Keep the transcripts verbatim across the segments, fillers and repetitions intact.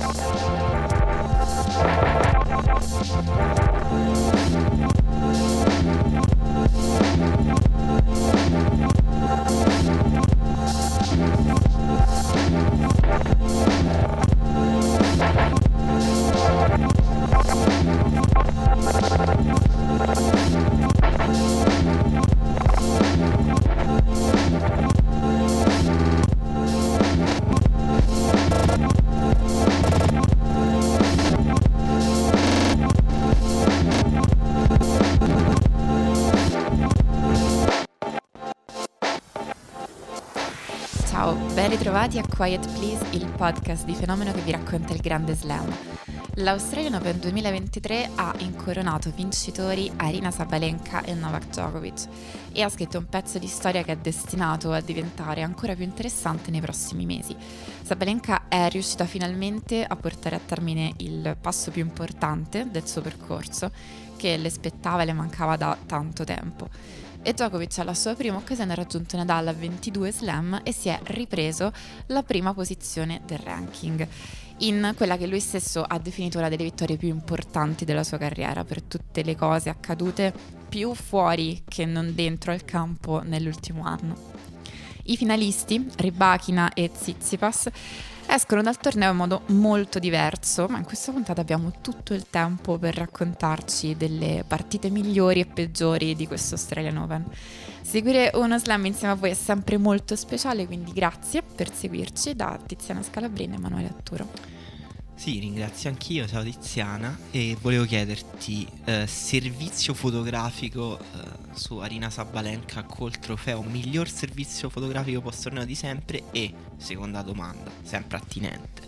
Ciao, ben ritrovati a Quiet Please, il podcast di Fenomeno che vi racconta il Grande Slam. L'Australian Open duemilaventitré ha incoronato vincitori Aryna Sabalenka e Novak Djokovic e ha scritto un pezzo di storia che è destinato a diventare ancora più interessante nei prossimi mesi. Sabalenka è riuscita finalmente a portare a termine il passo più importante del suo percorso, che le spettava e le mancava da tanto tempo. E Djokovic alla sua prima occasione ha raggiunto Nadal a ventidue slam e si è ripreso la prima posizione del ranking, in quella che lui stesso ha definito una delle vittorie più importanti della sua carriera per tutte le cose accadute più fuori che non dentro al campo nell'ultimo anno. I finalisti, Rybakina e Tsitsipas, escono dal torneo in modo molto diverso, ma in questa puntata abbiamo tutto il tempo per raccontarci delle partite migliori e peggiori di questo Australian Open. Seguire uno slam insieme a voi è sempre molto speciale, quindi grazie per seguirci da Tiziana Scalabrini e Emanuele Atturo. Sì, ringrazio anch'io, ciao Tiziana, e volevo chiederti eh, servizio fotografico eh, su Aryna Sabalenka col trofeo miglior servizio fotografico post torneo di sempre e, seconda domanda, sempre attinente,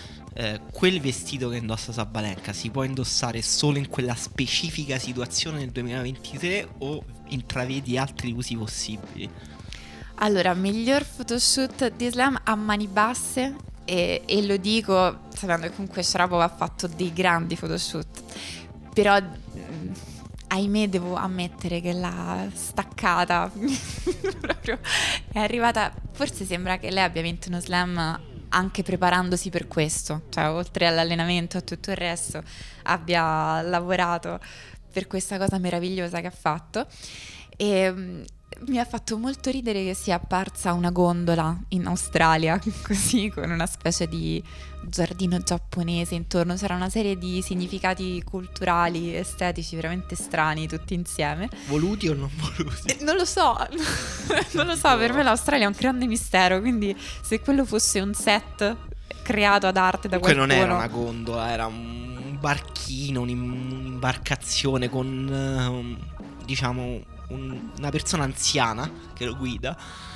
eh, quel vestito che indossa Sabalenka si può indossare solo in quella specifica situazione nel duemilaventitré o intravedi altri usi possibili? Allora, miglior photoshoot di slam a mani basse. E, e lo dico sapendo che comunque Sharapova ha fatto dei grandi photoshoot, però mh, ahimè devo ammettere che l'ha staccata proprio è arrivata, forse sembra che lei abbia vinto uno slam anche preparandosi per questo, cioè oltre all'allenamento e tutto il resto abbia lavorato per questa cosa meravigliosa che ha fatto. E mh, mi ha fatto molto ridere che sia apparsa una gondola in Australia, così con una specie di giardino giapponese intorno. C'era una serie di significati culturali, estetici veramente strani tutti insieme. Voluti o non voluti? Eh, non lo so, non lo so, per me l'Australia è un grande mistero, quindi se quello fosse un set creato ad arte da Comunque qualcuno... non era una gondola, era un barchino, un'imbarcazione con, diciamo... una persona anziana che lo guida,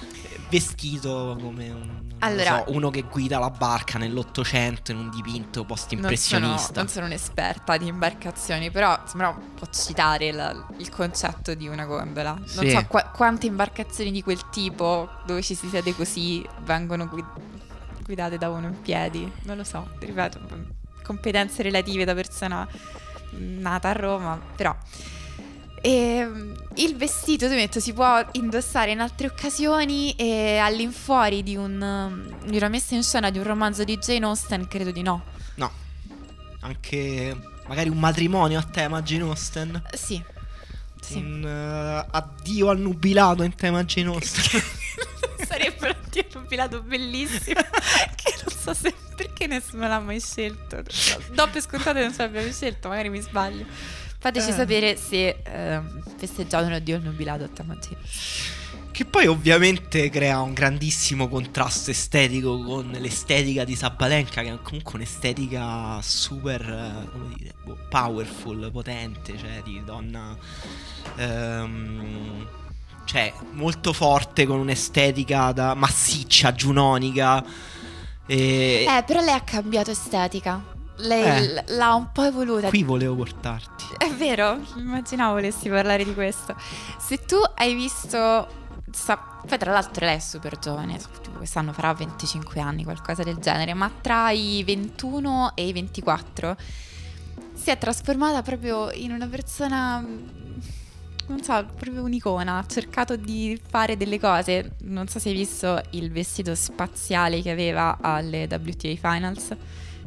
vestito come un, allora, non so, uno che guida la barca nell'Ottocento in un dipinto post-impressionista. Non sono, non sono un'esperta di imbarcazioni, però sembra un po' citare la, il concetto di una gondola. Non sì. so qua, quante imbarcazioni di quel tipo, dove ci si siede così, vengono guid- guidate da uno in piedi. Non lo so, ripeto, competenze relative da persona nata a Roma, però... E il vestito, ti metto, si può indossare in altre occasioni e all'infuori di, un, di una messa in scena di un romanzo di Jane Austen, credo di no. No, anche magari un matrimonio a tema Jane Austen. Sì, sì. Un uh, addio al nubilato in tema Jane Austen. Sarebbe un addio al nubilato bellissimo, che non so se perché nessuno l'ha mai scelto. Do per scontato che non ce l'abbiamo scelto, magari mi sbaglio. Fateci eh. sapere se eh, festeggiate un addio al nubilato a Tamagotchi. Che poi ovviamente crea un grandissimo contrasto estetico con l'estetica di Sabalenka, che è comunque un'estetica super, eh, come dire, powerful, potente, cioè di donna ehm, cioè molto forte, con un'estetica da massiccia, giunonica. E... Eh, però lei ha cambiato estetica. Lei eh, l'ha un po' evoluta. Qui volevo portarti. È vero, immaginavo volessi parlare di questo. Se tu hai visto sa, poi tra l'altro lei è super giovane, quest'anno farà venticinque anni, qualcosa del genere, ma tra i ventuno e i ventiquattro si è trasformata proprio in una persona, non so, proprio un'icona. Ha cercato di fare delle cose. Non so se hai visto il vestito spaziale che aveva alle W T A Finals,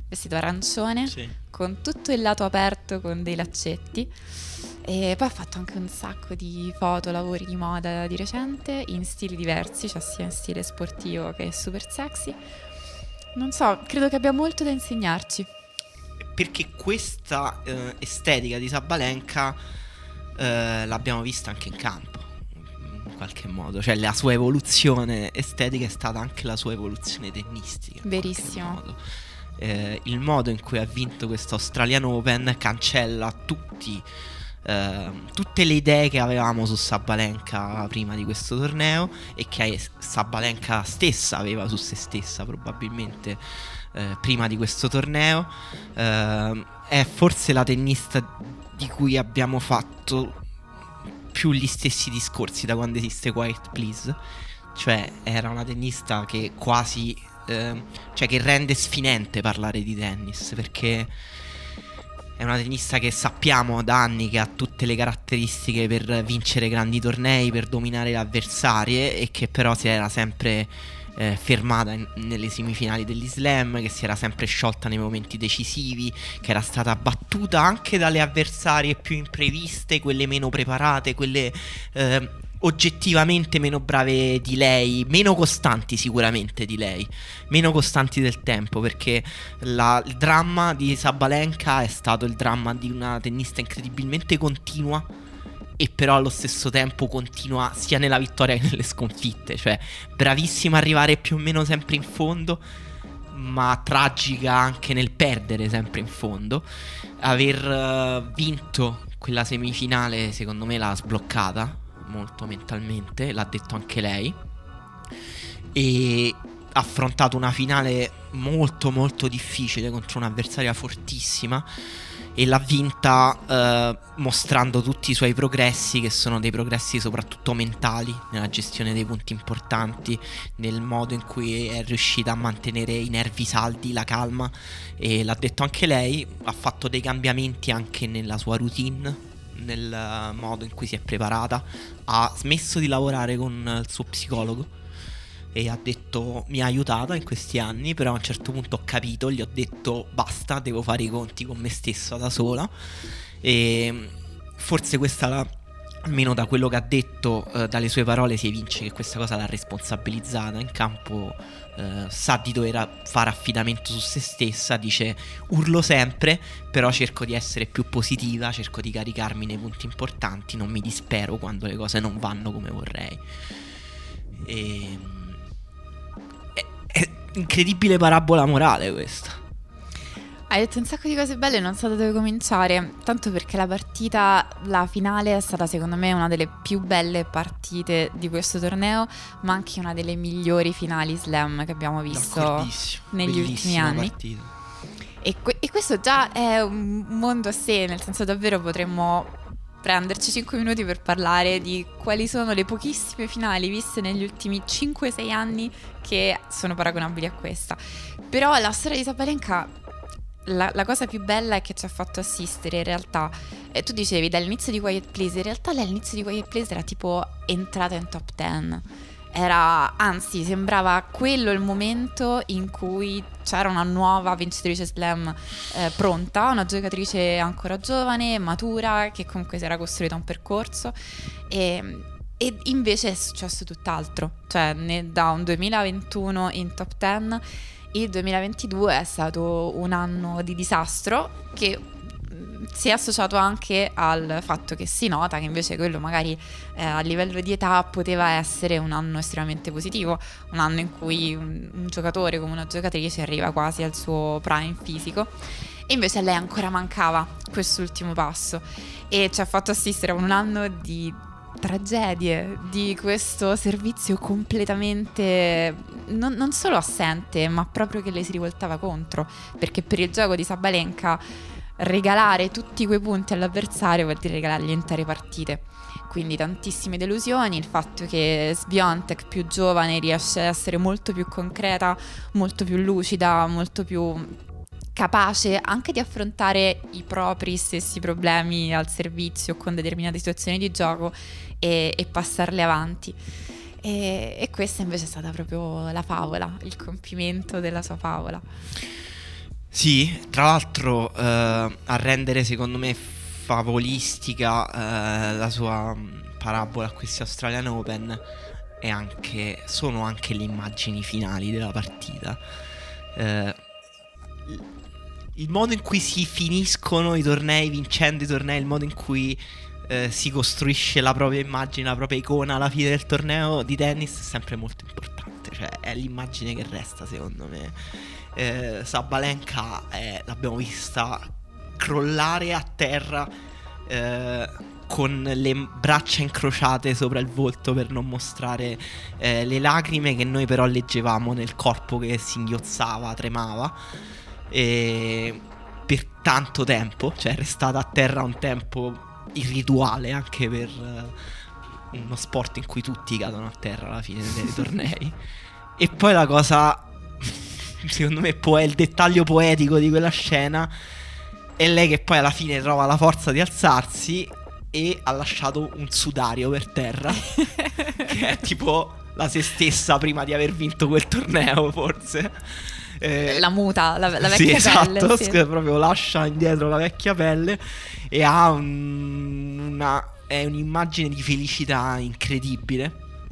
vestito arancione, Sì. con tutto il lato aperto con dei laccetti. E poi ha fatto anche un sacco di foto, lavori di moda di recente in stili diversi, cioè sia in stile sportivo che super sexy. Non so, credo che abbia molto da insegnarci. Perché questa eh, estetica di Sabalenka eh, l'abbiamo vista anche in campo, in qualche modo. Cioè la sua evoluzione estetica è stata anche la sua evoluzione tennistica. in qualche Verissimo. modo. Eh, il modo in cui ha vinto questo Australian Open cancella tutti, eh, tutte le idee che avevamo su Sabalenka prima di questo torneo e che Sabalenka stessa aveva su se stessa probabilmente eh, prima di questo torneo. Eh, è forse la tennista di cui abbiamo fatto più gli stessi discorsi da quando esiste Quiet Please. Cioè era una tennista che quasi eh, cioè che rende sfinente parlare di tennis, perché è una tennista che sappiamo da anni che ha tutte le caratteristiche per vincere grandi tornei, per dominare le avversarie, e che però si era sempre eh, fermata in, nelle semifinali degli slam, che si era sempre sciolta nei momenti decisivi, che era stata battuta anche dalle avversarie più impreviste, quelle meno preparate, quelle eh, oggettivamente meno brave di lei, meno costanti sicuramente di lei, meno costanti del tempo, perché la, il dramma di Sabalenka è stato il dramma di una tennista incredibilmente continua e però allo stesso tempo continua sia nella vittoria che nelle sconfitte, cioè bravissima a arrivare più o meno sempre in fondo, ma tragica anche nel perdere sempre in fondo. Aver uh, vinto quella semifinale secondo me l'ha sbloccata molto mentalmente, l'ha detto anche lei, e ha affrontato una finale molto molto difficile contro un'avversaria fortissima e l'ha vinta eh, mostrando tutti i suoi progressi, che sono dei progressi soprattutto mentali, nella gestione dei punti importanti, nel modo in cui è riuscita a mantenere i nervi saldi, la calma, e l'ha detto anche lei. Ha fatto dei cambiamenti anche nella sua routine, nel modo in cui si è preparata, ha smesso di lavorare con il suo psicologo e ha detto: mi ha aiutata in questi anni, però a un certo punto ho capito, gli ho detto basta, devo fare i conti con me stessa da sola. E forse questa la, almeno da quello che ha detto, eh, dalle sue parole si evince che questa cosa l'ha responsabilizzata in campo. Uh, sa di dover fare affidamento su se stessa, dice: urlo sempre, però cerco di essere più positiva, cerco di caricarmi nei punti importanti, non mi dispero quando le cose non vanno come vorrei. E... è, è incredibile parabola morale questa. Hai detto un sacco di cose belle, non so da dove cominciare, tanto perché la partita, la finale è stata secondo me una delle più belle partite di questo torneo, ma anche una delle migliori finali slam che abbiamo visto negli ultimi anni. Partita. E, que- e questo già è un mondo a sé, nel senso davvero potremmo prenderci cinque minuti per parlare di quali sono le pochissime finali viste negli ultimi cinque sei anni che sono paragonabili a questa. Però la storia di Sabalenka, La, la cosa più bella è che ci ha fatto assistere in realtà, eh, tu dicevi dall'inizio di Quiet Please, in realtà lei all'inizio di Quiet Please era tipo entrata in top dieci, era, anzi sembrava quello il momento in cui c'era una nuova vincitrice slam eh, pronta, una giocatrice ancora giovane, matura, che comunque si era costruita un percorso, e, e invece è successo tutt'altro, cioè ne, da un duemilaventuno in top dieci il duemilaventidue è stato un anno di disastro che si è associato anche al fatto che si nota che invece quello magari eh, a livello di età poteva essere un anno estremamente positivo, un anno in cui un, un giocatore come una giocatrice arriva quasi al suo prime fisico, e invece a lei ancora mancava quest'ultimo passo e ci ha fatto assistere a un anno di tragedie, di questo servizio completamente non, non solo assente, ma proprio che le si rivoltava contro, perché per il gioco di Sabalenka regalare tutti quei punti all'avversario vuol dire regalargli intere partite. Quindi tantissime delusioni, il fatto che Swiatek più giovane riesce a essere molto più concreta, molto più lucida, molto più capace anche di affrontare i propri stessi problemi al servizio con determinate situazioni di gioco e, e passarle avanti. E, e questa invece è stata proprio la favola, il compimento della sua favola. Sì, tra l'altro eh, a rendere secondo me favolistica eh, la sua mh, parabola a questi Australian Open è anche, sono anche le immagini finali della partita. Eh, il modo in cui si finiscono i tornei, vincendo i tornei, il modo in cui eh, si costruisce la propria immagine, la propria icona alla fine del torneo di tennis è sempre molto importante. Cioè è l'immagine che resta secondo me. eh, Sabalenka eh, l'abbiamo vista crollare a terra eh, con le braccia incrociate sopra il volto per non mostrare eh, le lacrime che noi però leggevamo nel corpo che singhiozzava, tremava, e per tanto tempo, cioè è restata a terra un tempo irrituale anche per uh, uno sport in cui tutti cadono a terra alla fine dei tornei. E poi la cosa secondo me poi è il dettaglio poetico di quella scena è lei che poi alla fine trova la forza di alzarsi e ha lasciato un sudario per terra che è tipo la se stessa prima di aver vinto quel torneo, forse. Eh, la muta, la, la sì, vecchia esatto, pelle, sì. Proprio lascia indietro la vecchia pelle e ha un, una è un'immagine di felicità incredibile.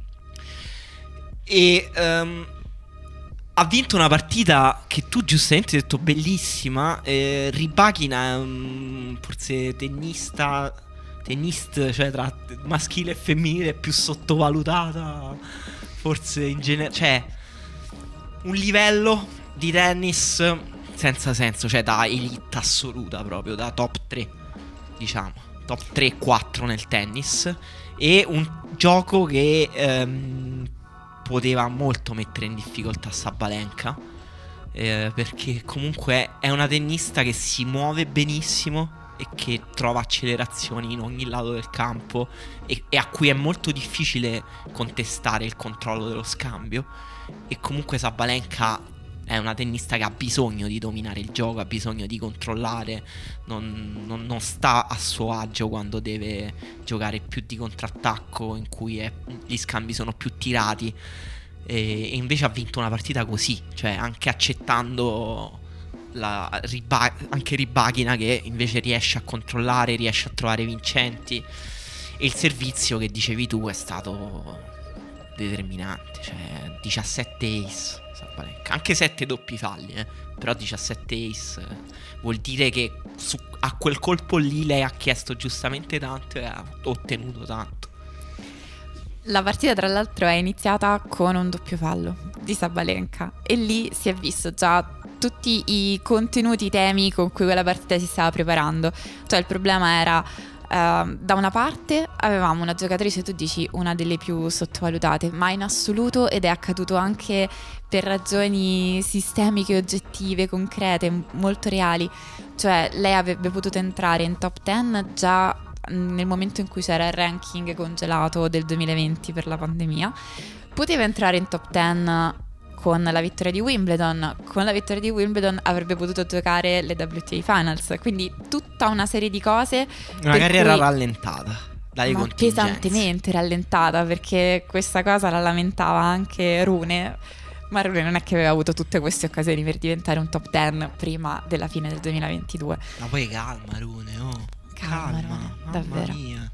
E um, ha vinto una partita che tu giustamente hai detto bellissima. eh, Rybakina è un forse tennista tennista, cioè tra maschile e femminile più sottovalutata forse in genere, cioè un livello di tennis senza senso, cioè da elite assoluta, proprio da top tre, diciamo top tre quattro nel tennis, e un gioco che ehm, poteva molto mettere in difficoltà Sabalenka, eh, perché comunque è una tennista che si muove benissimo e che trova accelerazioni in ogni lato del campo e, e a cui è molto difficile contestare il controllo dello scambio. E comunque Sabalenka è una tennista che ha bisogno di dominare il gioco, ha bisogno di controllare, non, non, non sta a suo agio quando deve giocare più di contrattacco, in cui è, gli scambi sono più tirati, e, e invece ha vinto una partita così, cioè anche accettando la, Riba, anche Rybakina che invece riesce a controllare, riesce a trovare vincenti, e il servizio che dicevi tu è stato determinante, cioè diciassette ace Sabalenka, anche sette doppi falli, eh, però diciassette ace eh, vuol dire che su, a quel colpo lì lei ha chiesto giustamente tanto e ha ottenuto tanto. La partita tra l'altro è iniziata con un doppio fallo di Sabalenka e lì si è visto già tutti i contenuti, i temi con cui quella partita si stava preparando. Cioè il problema era uh, da una parte avevamo una giocatrice, tu dici una delle più sottovalutate, ma in assoluto, ed è accaduto anche per ragioni sistemiche, oggettive, concrete, molto reali. Cioè lei avrebbe potuto entrare in top dieci già nel momento in cui c'era il ranking congelato del duemilaventi per la pandemia. Poteva entrare in top dieci con la vittoria di Wimbledon. Con la vittoria di Wimbledon avrebbe potuto giocare le W T A Finals. Quindi tutta una serie di cose. Una carriera cui... rallentata dai ma contingenze. Pesantemente rallentata, perché questa cosa la lamentava anche Rune. Ma Rune non è che aveva avuto tutte queste occasioni per diventare un top dieci prima della fine del duemilaventidue. Ma poi calma Rune, oh Calma, calma davvero. Mia.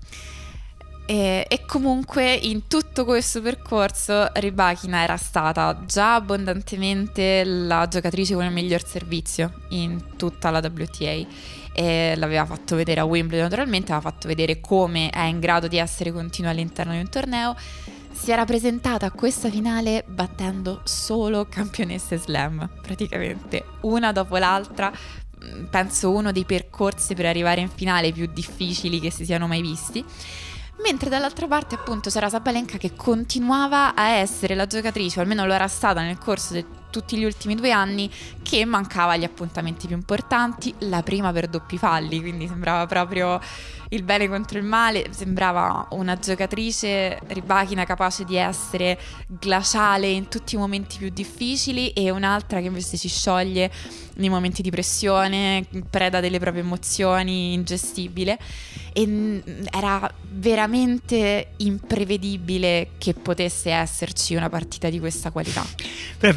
E, e comunque in tutto questo percorso Rybakina era stata già abbondantemente la giocatrice con il miglior servizio in tutta la W T A, e l'aveva fatto vedere a Wimbledon, naturalmente aveva fatto vedere come è in grado di essere continua all'interno di un torneo. Si era presentata a questa finale battendo solo campionesse slam, praticamente una dopo l'altra. Penso uno dei percorsi per arrivare in finale più difficili che si siano mai visti. Mentre dall'altra parte appunto c'era Sabalenka che continuava a essere la giocatrice, o almeno lo era stata nel corso di tutti gli ultimi due anni, che mancava agli appuntamenti più importanti, la prima per doppi falli, quindi sembrava proprio il bene contro il male. Sembrava una giocatrice, Rybakina, capace di essere glaciale in tutti i momenti più difficili, e un'altra che invece si scioglie nei momenti di pressione, preda delle proprie emozioni, ingestibile. E era veramente imprevedibile che potesse esserci una partita di questa qualità. Però è vero che il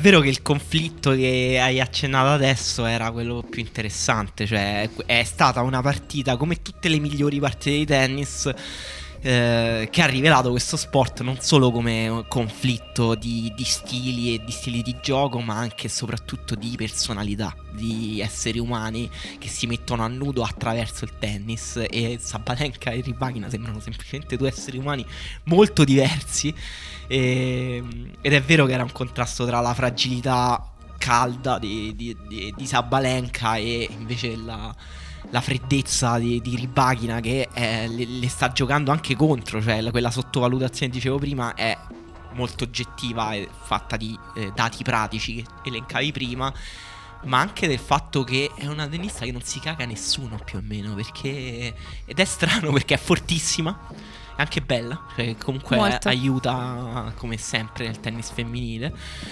conflitto che hai accennato adesso era quello più interessante, cioè è stata una partita come tutte le migliori partite di tennis, eh, che ha rivelato questo sport non solo come conflitto di, di stili e di stili di gioco, ma anche e soprattutto di personalità, di esseri umani che si mettono a nudo attraverso il tennis. E Sabalenka e Rybakina sembrano semplicemente due esseri umani molto diversi, e, ed è vero che era un contrasto tra la fragilità calda di, di, di, di Sabalenka e invece la, la freddezza di, di Rybakina, che è, le, le sta giocando anche contro, cioè la, quella sottovalutazione che dicevo prima è molto oggettiva, è fatta di eh, dati pratici che elencavi prima, ma anche del fatto che è una tennista che non si caga nessuno più o meno, perché ed è strano perché è fortissima, è anche bella, cioè comunque Molto. aiuta come sempre nel tennis femminile.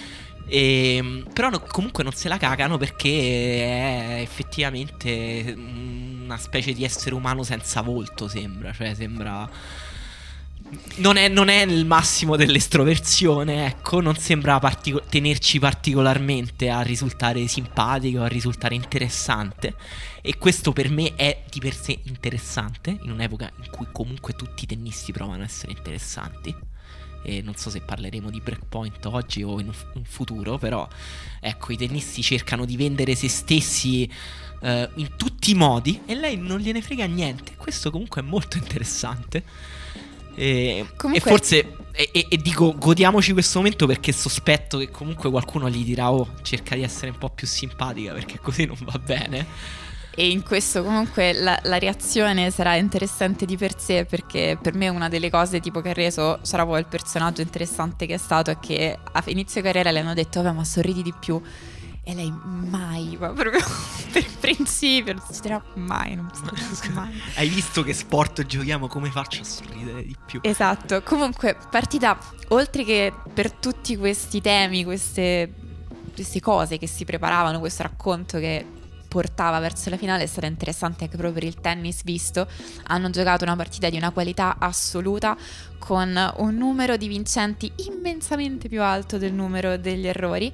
E, però no, comunque non se la cagano perché è effettivamente una specie di essere umano senza volto, sembra, cioè sembra non è, non è il massimo dell'estroversione, ecco, non sembra partico- tenerci particolarmente a risultare simpatico, a risultare interessante, e questo per me è di per sé interessante in un'epoca in cui comunque tutti i tennisti provano a essere interessanti. E non so se parleremo di breakpoint oggi o in un, un futuro, però ecco, i tennisti cercano di vendere se stessi uh, in tutti i modi e lei non gliene frega niente. Questo comunque è molto interessante. E, comunque... e forse e, e, e dico godiamoci questo momento, perché sospetto che comunque qualcuno gli dirà: oh, cerca di essere un po' più simpatica, perché così non va bene. E in questo comunque la, la reazione sarà interessante di per sé, perché per me una delle cose tipo che ha reso Sharapova il personaggio interessante che è stato è che a inizio carriera le hanno detto: vabbè, ma sorridi di più, e lei mai, ma proprio per principio non si dirà mai, non si dirà mai. Hai visto che sport giochiamo, come faccio a sorridere di più? Esatto. Comunque partita, oltre che per tutti questi temi, queste, queste cose che si preparavano, questo racconto che portava verso la finale, è stata interessante anche proprio per il tennis visto. Hanno giocato una partita di una qualità assoluta, con un numero di vincenti immensamente più alto del numero degli errori.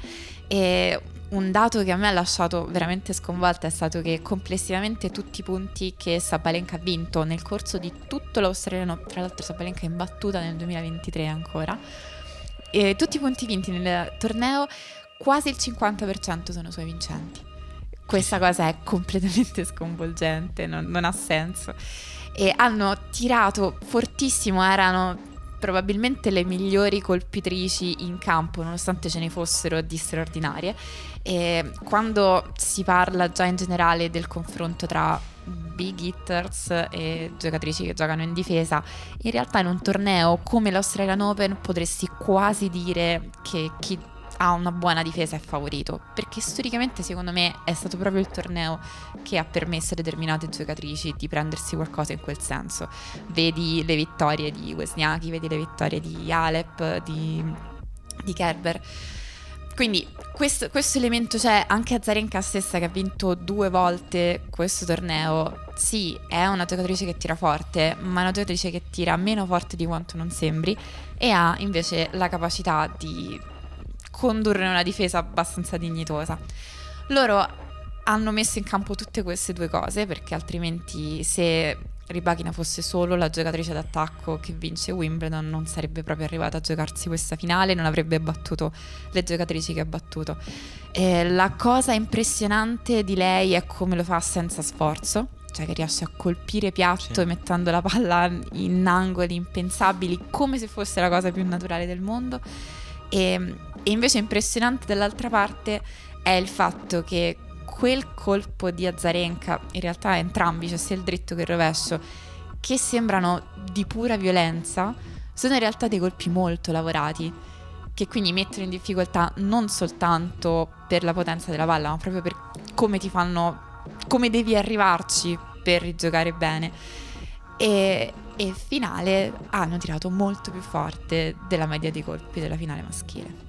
E un dato che a me ha lasciato veramente sconvolta è stato che complessivamente tutti i punti che Sabalenka ha vinto nel corso di tutto l'australiano, tra l'altro Sabalenka è imbattuta nel duemilaventitré ancora, e tutti i punti vinti nel torneo, quasi il cinquanta per cento sono suoi vincenti. Questa cosa è completamente sconvolgente, non, non ha senso. E hanno tirato fortissimo, erano probabilmente le migliori colpitrici in campo, nonostante ce ne fossero di straordinarie. E quando si parla già in generale del confronto tra big hitters e giocatrici che giocano in difesa, in realtà in un torneo come l'Australian Open potresti quasi dire che chi ha una buona difesa è favorito, perché storicamente secondo me è stato proprio il torneo che ha permesso a determinate giocatrici di prendersi qualcosa in quel senso. Vedi le vittorie di Wozniacki, vedi le vittorie di Alep, di, di Kerber. Quindi questo, questo elemento c'è. Anche Azarenka stessa, che ha vinto due volte questo torneo, sì, è una giocatrice che tira forte, ma è una giocatrice che tira meno forte di quanto non sembri, e ha invece la capacità di condurre una difesa abbastanza dignitosa. Loro hanno messo in campo tutte queste due cose, perché altrimenti, se Rybakina fosse solo la giocatrice d'attacco che vince Wimbledon, non sarebbe proprio arrivata a giocarsi questa finale, non avrebbe battuto le giocatrici che ha battuto. E la cosa impressionante di lei è come lo fa senza sforzo, cioè che riesce a colpire piatto, sì, mettendo la palla in angoli impensabili, come se fosse la cosa più naturale del mondo. E, e invece impressionante dall'altra parte è il fatto che quel colpo di Azarenka, in realtà entrambi, cioè sia il dritto che il rovescio, che sembrano di pura violenza, sono in realtà dei colpi molto lavorati, che quindi mettono in difficoltà non soltanto per la potenza della palla, ma proprio per come ti fanno, come devi arrivarci per rigiocare bene. E E finale hanno tirato molto più forte della media dei colpi della finale maschile.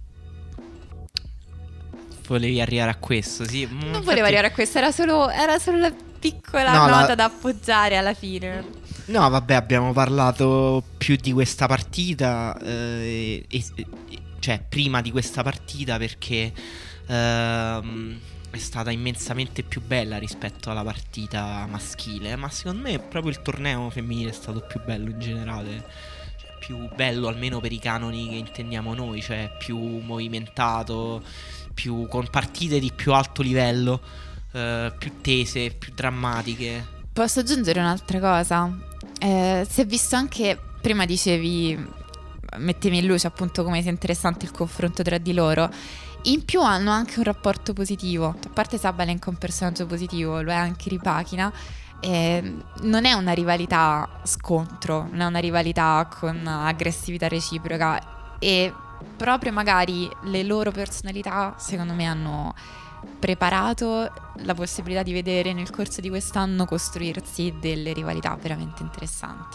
Volevi arrivare a questo, sì. Non Infatti... volevo arrivare a questo, era solo, era solo la piccola no, nota la... da appoggiare alla fine. No, vabbè, abbiamo parlato più di questa partita, eh, e, e, cioè prima di questa partita, perché ehm, è stata immensamente più bella rispetto alla partita maschile. Ma secondo me proprio il torneo femminile è stato più bello in generale, cioè più bello almeno per i canoni che intendiamo noi, cioè più movimentato, più con partite di più alto livello, eh, più tese, più drammatiche. Posso aggiungere un'altra cosa? Eh, si è visto anche, prima dicevi, mettevi in luce appunto come sia interessante il confronto tra di loro. In più hanno anche un rapporto positivo. A parte Sabalenka è un personaggio positivo, lo è anche Rybakina. Eh, non è una rivalità scontro, non è una rivalità con aggressività reciproca, e proprio magari le loro personalità secondo me hanno preparato la possibilità di vedere nel corso di quest'anno costruirsi delle rivalità veramente interessanti.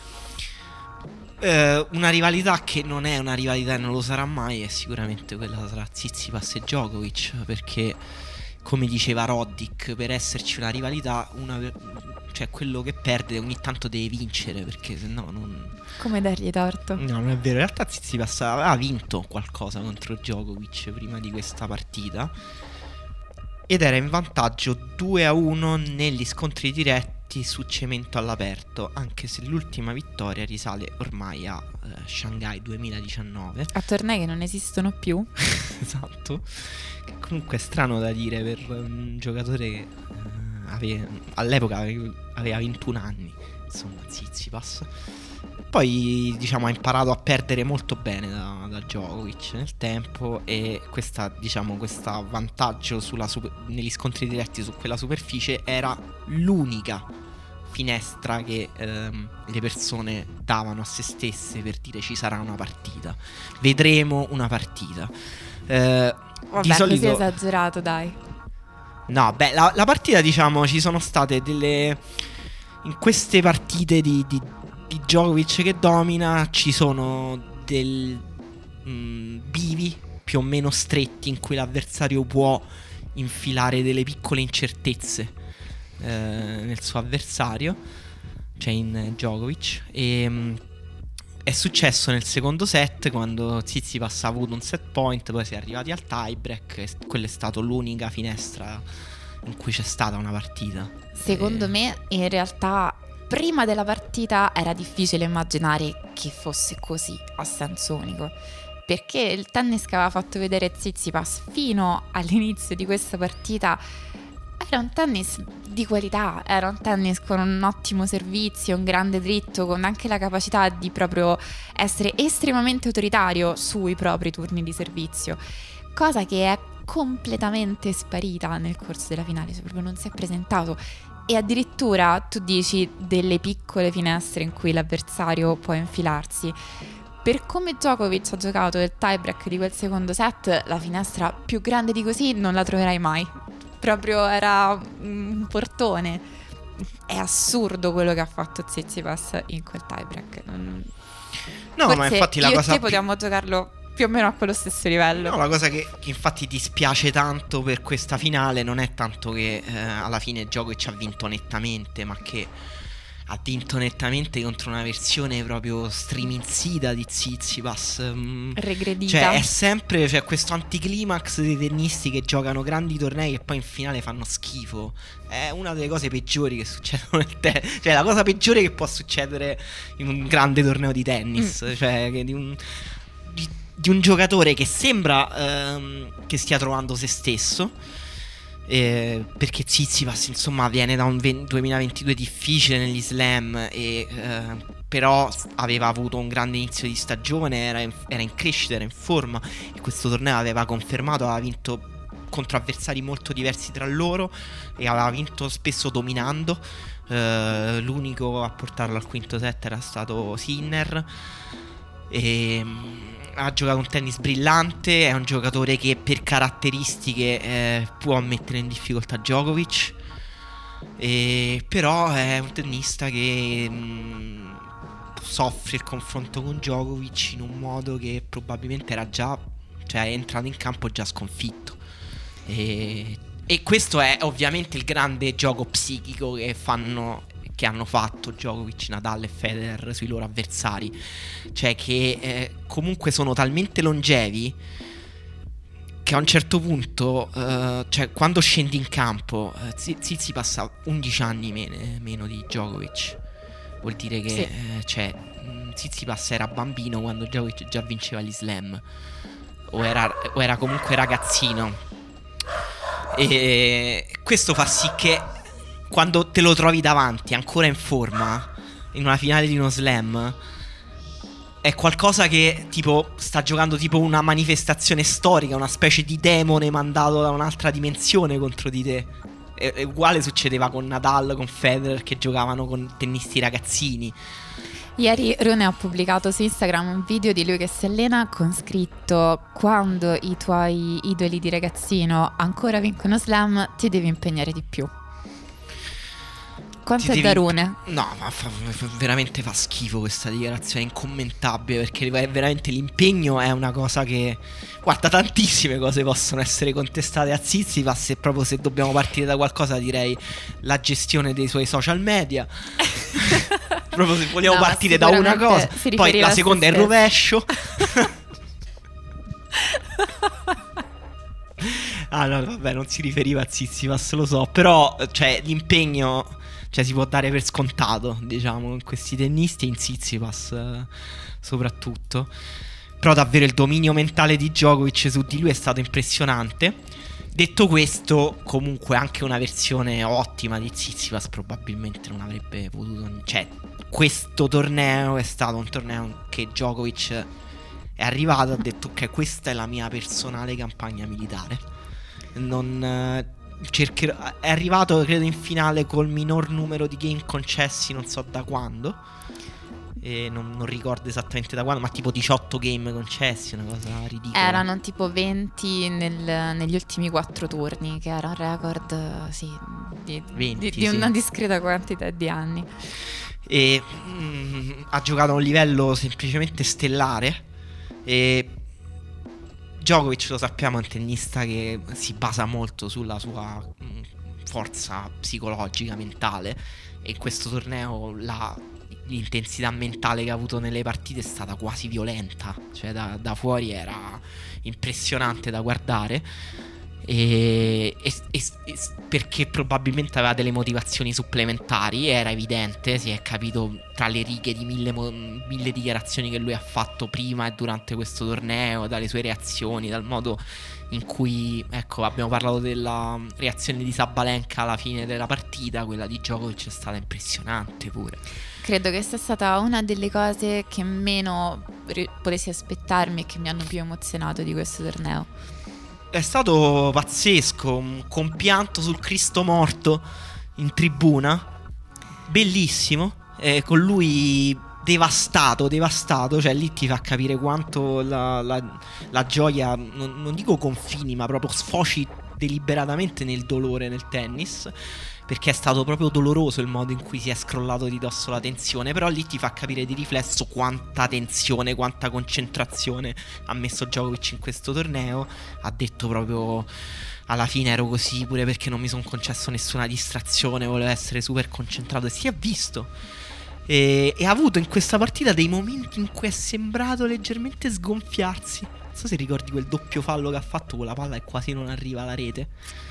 Eh, una rivalità che non è una rivalità e non lo sarà mai è sicuramente quella tra Tsitsipas e Djokovic, perché come diceva Roddick, per esserci una rivalità, una, cioè quello che perde ogni tanto deve vincere, perché se no non... Come dargli torto? No, non è vero, in realtà Tsitsipas aveva vinto qualcosa contro Djokovic prima di questa partita ed era in vantaggio due a uno negli scontri diretti su cemento all'aperto, anche se l'ultima vittoria risale ormai a uh, Shanghai duemiladiciannove. A tornei che non esistono più. Esatto. Che comunque è strano da dire per un giocatore che uh, aveva, all'epoca aveva ventuno anni, insomma, Tsitsipas. Poi diciamo ha imparato a perdere molto bene da, da Djokovic nel tempo, e questa diciamo questo vantaggio sulla super, negli scontri diretti su quella superficie era l'unica finestra che ehm, le persone davano a se stesse per dire ci sarà una partita, vedremo una partita. eh, Vabbè, di solito così esagerato, dai. No, beh, la, la partita diciamo ci sono state delle, in queste partite di, di di Djokovic che domina ci sono del mh, bivi più o meno stretti in cui l'avversario può infilare delle piccole incertezze eh, nel suo avversario, cioè in Djokovic. E mh, è successo nel secondo set, quando Tsitsipas ha avuto un set point, poi si è arrivati al tiebreak, e quella è stata l'unica finestra in cui c'è stata una partita. Secondo e... me in realtà prima della partita era difficile immaginare che fosse così a senso unico, perché il tennis che aveva fatto vedere Tsitsipas fino all'inizio di questa partita era un tennis di qualità, era un tennis con un ottimo servizio, un grande dritto, con anche la capacità di proprio essere estremamente autoritario sui propri turni di servizio, cosa che è completamente sparita nel corso della finale, cioè proprio non si è presentato. E addirittura tu dici delle piccole finestre in cui l'avversario può infilarsi. Per come Djokovic ha giocato il tiebreak di quel secondo set, la finestra più grande di così non la troverai mai. Proprio era un portone. È assurdo quello che ha fatto Tsitsipas in quel tiebreak. Non... No, Forse ma infatti la io cosa e te più... potevamo giocarlo più o meno a quello stesso livello. No, la cosa che, che infatti dispiace tanto per questa finale non è tanto che eh, alla fine Djokovic ha vinto nettamente, ma che ha vinto nettamente contro una versione proprio striminzita di Tsitsipas, mm, regredita. Cioè è sempre, cioè, questo anticlimax dei tennisti che giocano grandi tornei e poi in finale fanno schifo. È una delle cose peggiori che succedono nel tennis. Cioè la cosa peggiore che può succedere in un grande torneo di tennis, mm. Cioè che di un di, di un giocatore che sembra ehm, che stia trovando se stesso, eh, perché Tsitsipas insomma viene da un duemilaventidue difficile negli slam, e eh, però aveva avuto un grande inizio di stagione, era in, era in crescita, era in forma, e questo torneo aveva confermato, aveva vinto contro avversari molto diversi tra loro e aveva vinto spesso dominando. eh, l'unico a portarlo al quinto set era stato Sinner, e ha giocato un tennis brillante, è un giocatore che per caratteristiche eh, può mettere in difficoltà Djokovic, e però è un tennista che mh, soffre il confronto con Djokovic in un modo che probabilmente era già, cioè è entrato in campo già sconfitto, e, e questo è ovviamente il grande gioco psichico che fanno, che hanno fatto Djokovic, Nadal e Federer sui loro avversari, cioè che eh, comunque sono talmente longevi che a un certo punto, uh, cioè quando scendi in campo, uh, Zizi passa undici anni meno, meno di Djokovic. Vuol dire che sì. eh, cioè, Tsitsipas era bambino quando Djokovic già vinceva gli slam, o era, o era comunque ragazzino. E questo fa sì che quando te lo trovi davanti ancora in forma in una finale di uno slam, è qualcosa che tipo sta giocando tipo una manifestazione storica, una specie di demone mandato da un'altra dimensione contro di te. E, e uguale succedeva con Nadal, con Federer, che giocavano con tennisti ragazzini. Ieri Rune ha pubblicato su Instagram un video di lui che si allena con scritto: quando i tuoi idoli di ragazzino ancora vincono slam, ti devi impegnare di più. Quanto è da Rune? No, ma fa, fa, veramente fa schifo questa dichiarazione, è incommentabile, perché veramente l'impegno è una cosa che... Guarda, tantissime cose possono essere contestate a Tsitsipas, e proprio se dobbiamo partire da qualcosa direi la gestione dei suoi social media. Proprio se vogliamo no, partire da una cosa, poi la seconda è il rovescio. Ah no, vabbè, non si riferiva a Tsitsipas, lo so, però cioè l'impegno... Cioè si può dare per scontato, diciamo, in questi tennisti e in Tsitsipas eh, soprattutto. Però davvero il dominio mentale di Djokovic su di lui è stato impressionante. Detto questo, comunque anche una versione ottima di Tsitsipas probabilmente non avrebbe potuto... Cioè, questo torneo è stato un torneo che Djokovic è arrivato e ha detto: ok, questa è la mia personale campagna militare. Non... Eh, Cercherò, è arrivato credo in finale col minor numero di game concessi non so da quando, e non, non ricordo esattamente da quando, ma tipo diciotto game concessi, una cosa ridicola. Erano tipo venti nel, negli ultimi quattro turni, che era un record sì, di, venti, di, di sì. una discreta quantità di anni. E mm, ha giocato a un livello semplicemente stellare. E Djokovic, lo sappiamo, è un tennista che si basa molto sulla sua mh, forza psicologica, mentale, e in questo torneo la, l'intensità mentale che ha avuto nelle partite è stata quasi violenta, cioè da, da fuori era impressionante da guardare. E, e, e, e perché probabilmente aveva delle motivazioni supplementari, era evidente, si è capito tra le righe di mille, mille dichiarazioni che lui ha fatto prima e durante questo torneo, dalle sue reazioni, dal modo in cui, ecco, abbiamo parlato della reazione di Sabalenka alla fine della partita, quella di Djokovic è stata impressionante pure. Credo che sia stata una delle cose che meno potessi aspettarmi e che mi hanno più emozionato di questo torneo. È stato pazzesco, un compianto sul Cristo morto in tribuna, bellissimo, eh, con lui devastato, devastato, cioè lì ti fa capire quanto la, la, la gioia, non, non dico confini, ma proprio sfoci deliberatamente nel dolore nel tennis, perché è stato proprio doloroso il modo in cui si è scrollato di dosso la tensione. Però lì ti fa capire di riflesso quanta tensione, quanta concentrazione ha messo Djokovic in questo torneo. Ha detto proprio: alla fine ero così pure perché non mi sono concesso nessuna distrazione, volevo essere super concentrato, e si è visto. E, e ha avuto in questa partita dei momenti in cui è sembrato leggermente sgonfiarsi. Non so se ricordi quel doppio fallo che ha fatto con la palla e quasi non arriva alla rete.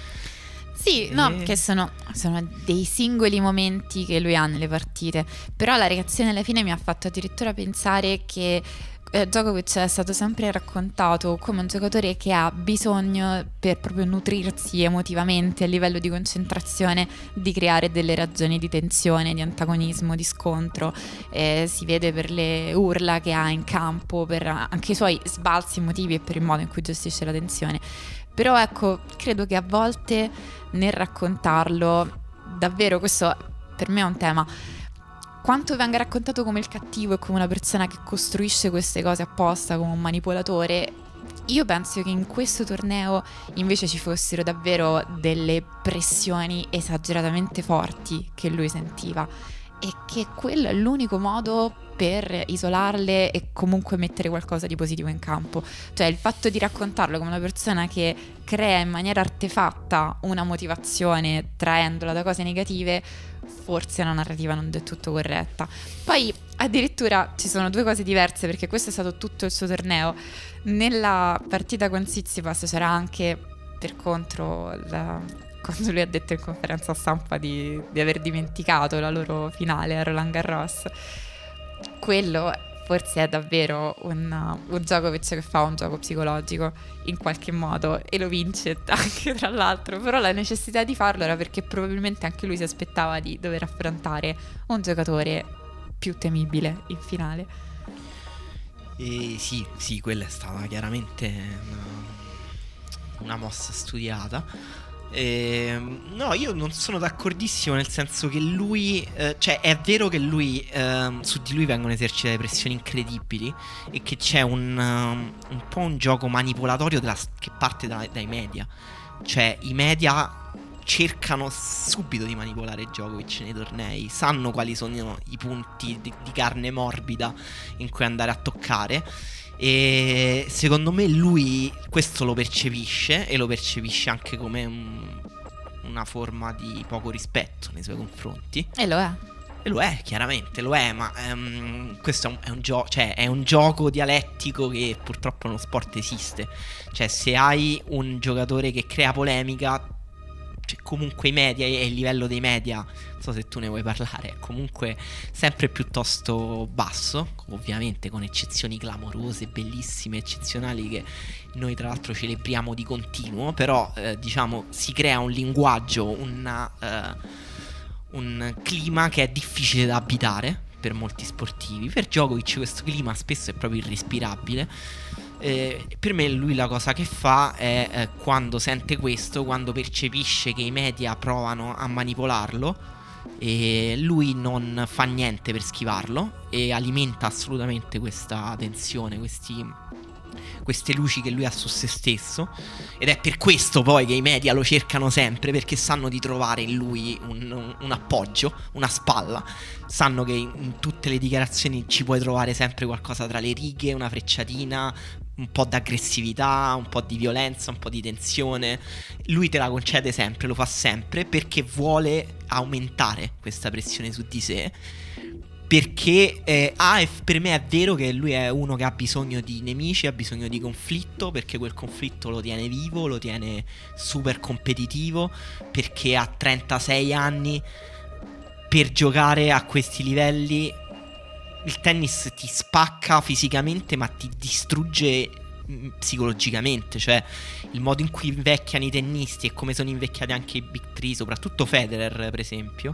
Sì, e... no, che sono, sono dei singoli momenti che lui ha nelle partite. Però la reazione alla fine mi ha fatto addirittura pensare che eh, Djokovic è stato sempre raccontato come un giocatore che ha bisogno, per proprio nutrirsi emotivamente a livello di concentrazione, di creare delle ragioni di tensione, di antagonismo, di scontro. Eh, si vede per le urla che ha in campo, per anche i suoi sbalzi emotivi e per il modo in cui gestisce la tensione. Però ecco, credo che a volte nel raccontarlo, davvero questo per me è un tema, quanto venga raccontato come il cattivo e come una persona che costruisce queste cose apposta, come un manipolatore. Io penso che in questo torneo invece ci fossero davvero delle pressioni esageratamente forti che lui sentiva, e che quello è l'unico modo per isolarle e comunque mettere qualcosa di positivo in campo. Cioè il fatto di raccontarlo come una persona che crea in maniera artefatta una motivazione traendola da cose negative, forse è una narrativa non del tutto corretta. Poi addirittura ci sono due cose diverse, perché questo è stato tutto il suo torneo. Nella partita con Tsitsipas c'era anche, per contro, la, quando lui ha detto in conferenza stampa di, di aver dimenticato la loro finale a Roland Garros. Quello forse è davvero un, un Djokovic che fa un gioco psicologico in qualche modo e lo vince anche, tra l'altro. Però la necessità di farlo era perché probabilmente anche lui si aspettava di dover affrontare un giocatore più temibile in finale. E sì, sì, quella è stata chiaramente una, una mossa studiata. Eh, no, io non sono d'accordissimo, nel senso che lui, eh, cioè è vero che lui, eh, su di lui vengono esercitate pressioni incredibili e che c'è un, um, un po' un gioco manipolatorio della, che parte da, dai media. Cioè i media cercano subito di manipolare Djokovic nei tornei, sanno quali sono i punti di, di carne morbida in cui andare a toccare. E secondo me lui questo lo percepisce, e lo percepisce anche come un, una forma di poco rispetto nei suoi confronti. E lo è. E lo è, chiaramente lo è, ma um, questo è un, è, un gio- cioè, è un gioco dialettico che purtroppo nello sport esiste. Cioè se hai un giocatore che crea polemica, cioè, comunque i media e il livello dei media, non so se tu ne vuoi parlare, è comunque sempre piuttosto basso, ovviamente con eccezioni clamorose, bellissime, eccezionali, che noi tra l'altro celebriamo di continuo. Però eh, diciamo si crea un linguaggio, una, eh, un clima che è difficile da abitare per molti sportivi. Per Djokovic questo clima spesso è proprio irrespirabile. Eh, per me lui la cosa che fa è eh, quando sente questo, quando percepisce che i media provano a manipolarlo, e lui non fa niente per schivarlo e alimenta assolutamente questa tensione, questi, queste luci che lui ha su se stesso. Ed è per questo poi che i media lo cercano sempre, perché sanno di trovare in lui un, un, un appoggio, una spalla. Sanno che in, in tutte le dichiarazioni ci puoi trovare sempre qualcosa tra le righe, una frecciatina, un po' d'aggressività, un po' di violenza, un po' di tensione. Lui te la concede sempre, lo fa sempre, perché vuole aumentare questa pressione su di sé. Perché eh, ah, per me è vero che lui è uno che ha bisogno di nemici, ha bisogno di conflitto, perché quel conflitto lo tiene vivo, lo tiene super competitivo, perché a trentasei anni, per giocare a questi livelli, il tennis ti spacca fisicamente ma ti distrugge psicologicamente. Cioè il modo in cui invecchiano i tennisti e come sono invecchiati anche i big three, soprattutto Federer per esempio,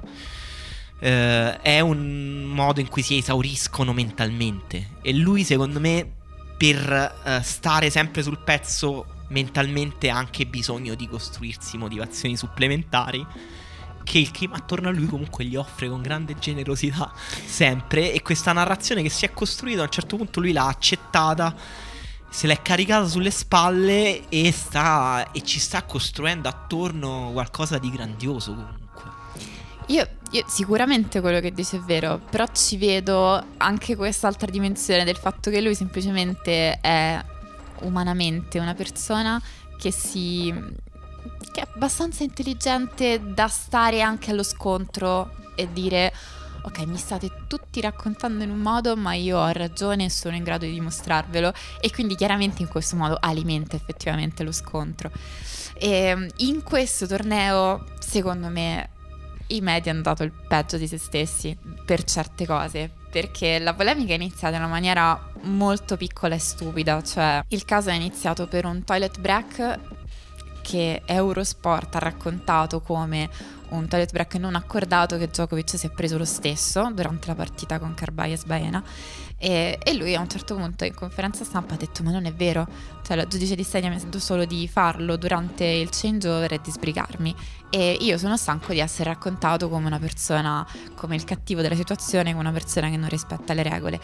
eh, è un modo in cui si esauriscono mentalmente. E lui secondo me per eh, stare sempre sul pezzo mentalmente ha anche bisogno di costruirsi motivazioni supplementari, che il clima attorno a lui comunque gli offre con grande generosità sempre. E questa narrazione che si è costruita, a un certo punto lui l'ha accettata, se l'è caricata sulle spalle e sta e ci sta costruendo attorno qualcosa di grandioso comunque. Io, io sicuramente quello che dice è vero, però ci vedo anche quest'altra dimensione del fatto che lui semplicemente è umanamente una persona che si... che è abbastanza intelligente da stare anche allo scontro e dire: ok, mi state tutti raccontando in un modo, ma io ho ragione e sono in grado di dimostrarvelo. E quindi chiaramente in questo modo alimenta effettivamente lo scontro. E in questo torneo, secondo me, i media hanno dato il peggio di se stessi per certe cose, perché la polemica è iniziata in una maniera molto piccola e stupida. Cioè il caso è iniziato per un toilet break che Eurosport ha raccontato come un toilet break non accordato che Djokovic si è preso lo stesso durante la partita con Carballes Baena, e, e lui a un certo punto in conferenza stampa ha detto: ma non è vero, cioè la giudice di sedia mi ha detto solo di farlo durante il changeover e di sbrigarmi, e io sono stanco di essere raccontato come una persona, come il cattivo della situazione, come una persona che non rispetta le regole.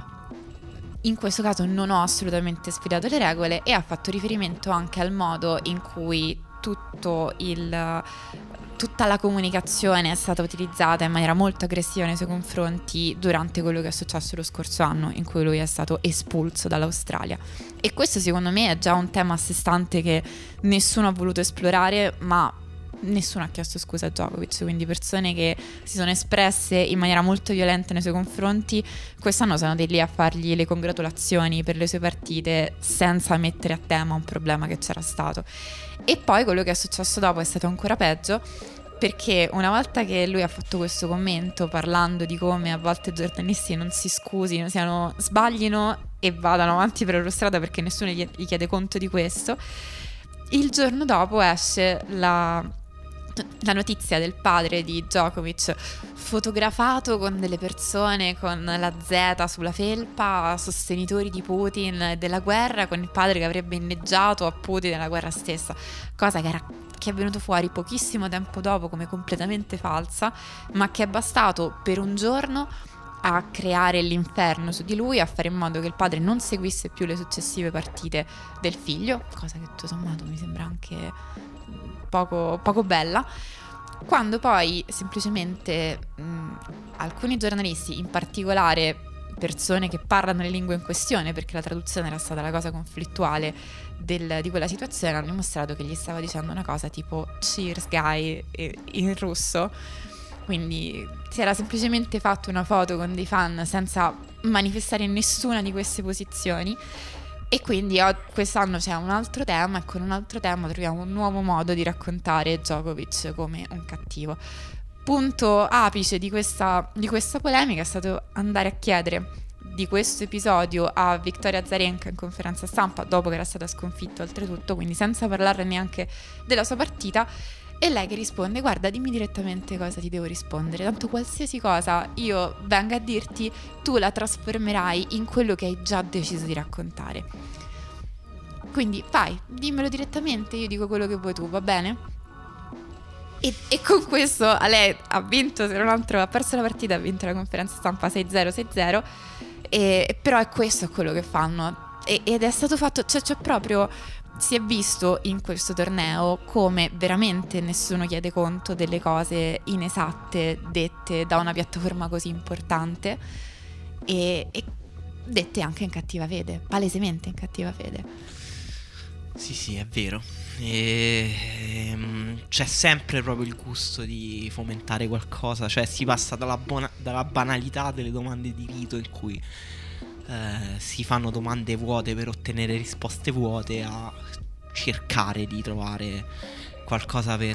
In questo caso non ho assolutamente sfidato le regole, e ha fatto riferimento anche al modo in cui tutto il tutta la comunicazione è stata utilizzata in maniera molto aggressiva nei suoi confronti durante quello che è successo lo scorso anno, in cui lui è stato espulso dall'Australia. E questo secondo me è già un tema a sé stante che nessuno ha voluto esplorare, ma nessuno ha chiesto scusa a Djokovic, quindi persone che si sono espresse in maniera molto violenta nei suoi confronti quest'anno sono andati lì a fargli le congratulazioni per le sue partite senza mettere a tema un problema che c'era stato. E poi quello che è successo dopo è stato ancora peggio, perché una volta che lui ha fatto questo commento parlando di come a volte i giornalisti non si scusino, siano, sbaglino e vadano avanti per la loro strada perché nessuno gli, gli chiede conto di questo, il giorno dopo esce la, la notizia del padre di Djokovic fotografato con delle persone con la Z sulla felpa, sostenitori di Putin e della guerra, con il padre che avrebbe inneggiato a Putin nella guerra stessa, cosa che era che è venuto fuori pochissimo tempo dopo come completamente falsa, ma che è bastato per un giorno a creare l'inferno su di lui, a fare in modo che il padre non seguisse più le successive partite del figlio, cosa che tutto sommato mi sembra anche poco, poco bella, quando poi semplicemente mh, alcuni giornalisti, in particolare persone che parlano le lingue in questione, perché la traduzione era stata la cosa conflittuale del, di quella situazione, hanno dimostrato che gli stava dicendo una cosa tipo cheers guy in russo. Quindi si era semplicemente fatto una foto con dei fan senza manifestare nessuna di queste posizioni, e quindi oh, quest'anno c'è un altro tema, e con un altro tema troviamo un nuovo modo di raccontare Djokovic come un cattivo. Punto apice di questa, di questa polemica è stato andare a chiedere di questo episodio a Victoria Azarenka in conferenza stampa, dopo che era stata sconfitta oltretutto, quindi senza parlare neanche della sua partita, e lei che risponde: guarda, dimmi direttamente cosa ti devo rispondere, tanto qualsiasi cosa io venga a dirti tu la trasformerai in quello che hai già deciso di raccontare, quindi vai, dimmelo direttamente, io dico quello che vuoi tu, va bene? E, e con questo a lei ha vinto, se non altro ha perso la partita, ha vinto la conferenza stampa sei zero sei zero, e, però è questo quello che fanno, e, ed è stato fatto, cioè c'è proprio, si è visto in questo torneo come veramente nessuno chiede conto delle cose inesatte dette da una piattaforma così importante, e, e dette anche in cattiva fede, palesemente in cattiva fede. Sì, sì, è vero. E, ehm, c'è sempre proprio il gusto di fomentare qualcosa, cioè si passa dalla, buona, dalla banalità delle domande di rito in cui eh, si fanno domande vuote per ottenere risposte vuote, a cercare di trovare qualcosa per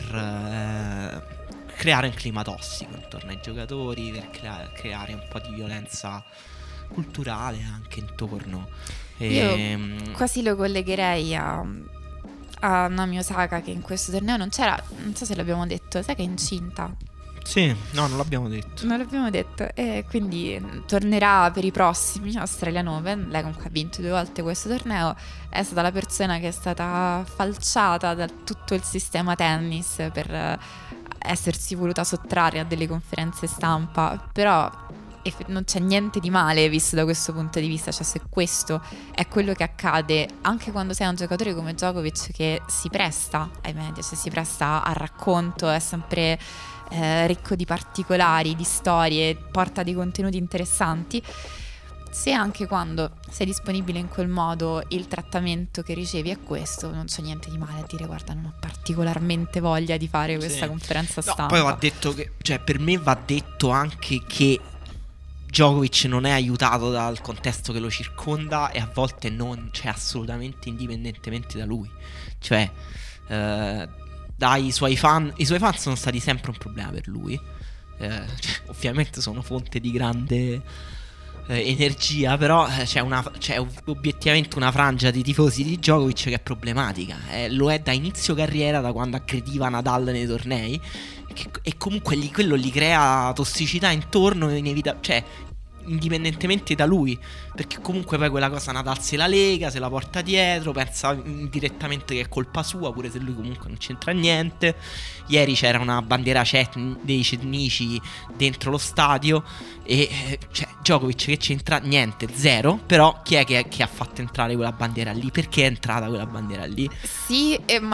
eh, creare un clima tossico intorno ai giocatori, per crea- creare un po' di violenza culturale anche intorno. Io e, quasi lo collegherei a, a Naomi Osaka, che in questo torneo non c'era, non so se l'abbiamo detto, sai che è incinta? Sì, no, non l'abbiamo detto. Non l'abbiamo detto, e quindi tornerà per i prossimi Australian Open. Lei comunque ha vinto due volte questo torneo, è stata la persona che è stata falciata da tutto il sistema tennis per essersi voluta sottrarre a delle conferenze stampa, però e non c'è niente di male visto da questo punto di vista, cioè se questo è quello che accade anche quando sei un giocatore come Djokovic, che si presta ai media, cioè si presta al racconto, è sempre eh, ricco di particolari, di storie, porta dei contenuti interessanti, se anche quando sei disponibile in quel modo il trattamento che ricevi è questo, non c'è niente di male a dire guarda, non ho particolarmente voglia di fare questa sì. conferenza stampa. No, poi va detto che, cioè per me va detto anche che Djokovic non è aiutato dal contesto che lo circonda, e a volte non c'è, cioè assolutamente indipendentemente da lui, cioè eh, dai suoi fan, i suoi fan sono stati sempre un problema per lui, eh, cioè, ovviamente sono fonte di grande eh, energia, però eh, c'è, una, c'è obiettivamente una frangia di tifosi di Djokovic che è problematica, eh, lo è da inizio carriera, da quando aggrediva Nadal nei tornei, che, e comunque gli, quello gli crea tossicità intorno, inevita- cioè indipendentemente da lui, perché comunque poi quella cosa Nadal se la lega, se la porta dietro, pensa direttamente che è colpa sua, pure se lui comunque non c'entra niente. Ieri c'era una bandiera cetn- dei cetnici dentro lo stadio, e cioè Djokovic che c'entra niente, zero, però chi è che, che ha fatto entrare quella bandiera lì? Perché è entrata quella bandiera lì? Sì, eh, ma è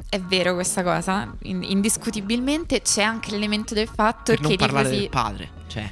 è vero questa cosa, indiscutibilmente. C'è anche l'elemento del fatto per che non parlare tifosi... del padre, cioè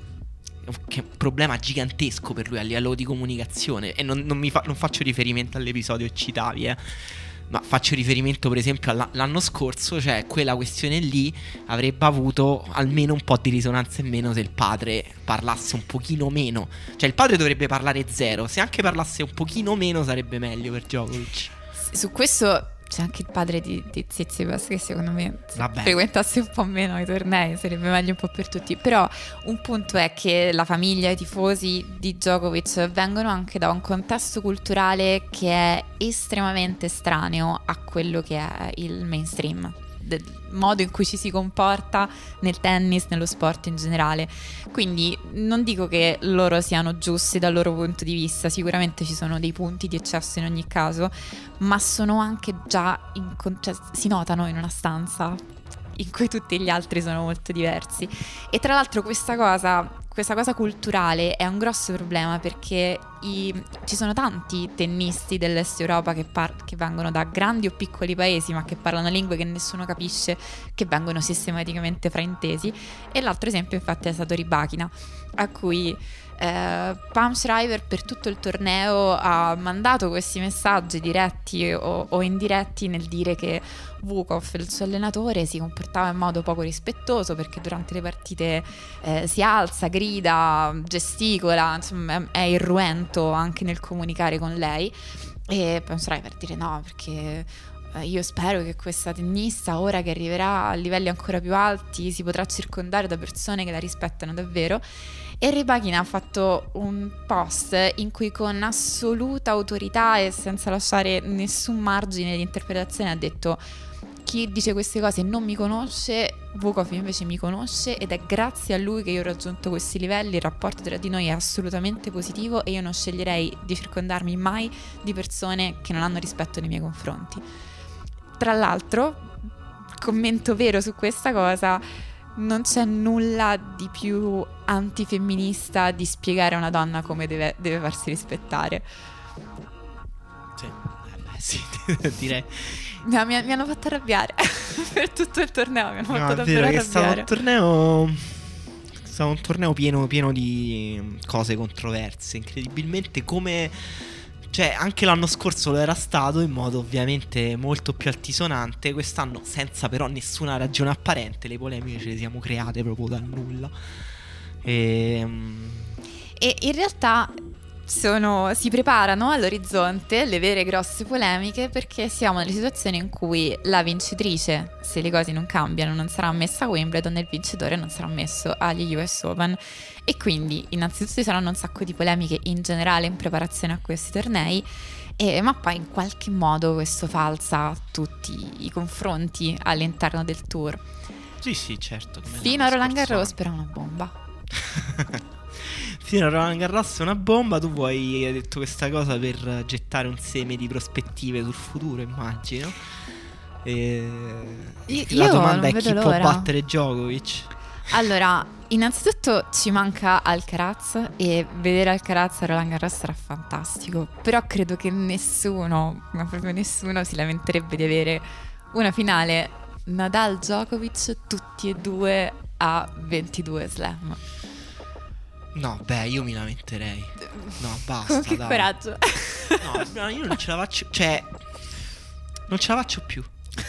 che è un problema gigantesco per lui a livello di comunicazione. E non, non, mi fa, non faccio riferimento all'episodio che citavi, eh, ma faccio riferimento per esempio all'anno scorso. Cioè quella questione lì avrebbe avuto almeno un po' di risonanza in meno se il padre parlasse un pochino meno. Cioè il padre dovrebbe parlare zero. Se anche parlasse un pochino meno sarebbe meglio per Djokovic. Su questo c'è anche il padre di, di Tsitsipas, che secondo me se Vabbè. frequentasse un po' meno i tornei sarebbe meglio un po' per tutti. Però un punto è che la famiglia e i tifosi di Djokovic vengono anche da un contesto culturale che è estremamente estraneo a quello che è il mainstream, del modo in cui ci si comporta nel tennis, nello sport in generale. Quindi non dico che loro siano giusti dal loro punto di vista, sicuramente ci sono dei punti di eccesso in ogni caso, ma sono anche già in con- cioè, si notano in una stanza in cui tutti gli altri sono molto diversi. E tra l'altro questa cosa questa cosa culturale è un grosso problema, perché i, ci sono tanti tennisti dell'Est Europa che, par- che vengono da grandi o piccoli paesi, ma che parlano lingue che nessuno capisce, che vengono sistematicamente fraintesi. E l'altro esempio infatti è stato Rybakina, a cui eh, Pam Shriver per tutto il torneo ha mandato questi messaggi diretti o, o indiretti nel dire che Vukov, il suo allenatore, si comportava in modo poco rispettoso, perché durante le partite eh, si alza, grida, gesticola, insomma è irruento anche nel comunicare con lei. E Pam Shriver dire no, perché eh, io spero che questa tennista, ora che arriverà a livelli ancora più alti, si potrà circondare da persone che la rispettano davvero. E Rybakina ha fatto un post in cui con assoluta autorità e senza lasciare nessun margine di interpretazione ha detto: chi dice queste cose non mi conosce, Vukov invece mi conosce ed è grazie a lui che io ho raggiunto questi livelli, il rapporto tra di noi è assolutamente positivo e io non sceglierei di circondarmi mai di persone che non hanno rispetto nei miei confronti. Tra l'altro, commento vero su questa cosa: non c'è nulla di più antifemminista di spiegare a una donna come deve, deve farsi rispettare. Sì, eh beh, sì, direi. Mi, mi, mi hanno fatto arrabbiare per tutto il torneo. Mi hanno No, fatto è davvero vero che è arrabbiare. stato un torneo. È stato un torneo pieno, pieno di cose controverse. Incredibilmente come. Cioè, anche l'anno scorso lo era stato in modo ovviamente molto più altisonante. Quest'anno, senza però nessuna ragione apparente, le polemiche ce le siamo create proprio dal nulla. E, e in realtà sono, si preparano all'orizzonte le vere grosse polemiche, perché siamo nella situazione in cui la vincitrice, se le cose non cambiano, non sarà ammessa a Wimbledon e il vincitore non sarà ammesso agli U S Open. E quindi innanzitutto ci saranno un sacco di polemiche in generale in preparazione a questi tornei, e, ma poi in qualche modo questo falsa tutti i confronti all'interno del tour. Sì, sì, certo. Fino a Roland Garros però una bomba. Fino a Roland Garros è una bomba. Tu vuoi, hai detto questa cosa per gettare un seme di prospettive sul futuro, immagino. E io, la io domanda non è chi vedo può l'ora. battere Djokovic. Allora, innanzitutto ci manca Alcaraz, e vedere Alcaraz a Roland Garros sarà fantastico. Però credo che nessuno, ma proprio nessuno, si lamenterebbe di avere una finale Nadal-Djokovic tutti e due a ventidue slam. No, beh, io mi lamenterei. No, basta. Con che dai. coraggio. No, no, io non ce la faccio. Cioè, non ce la faccio più.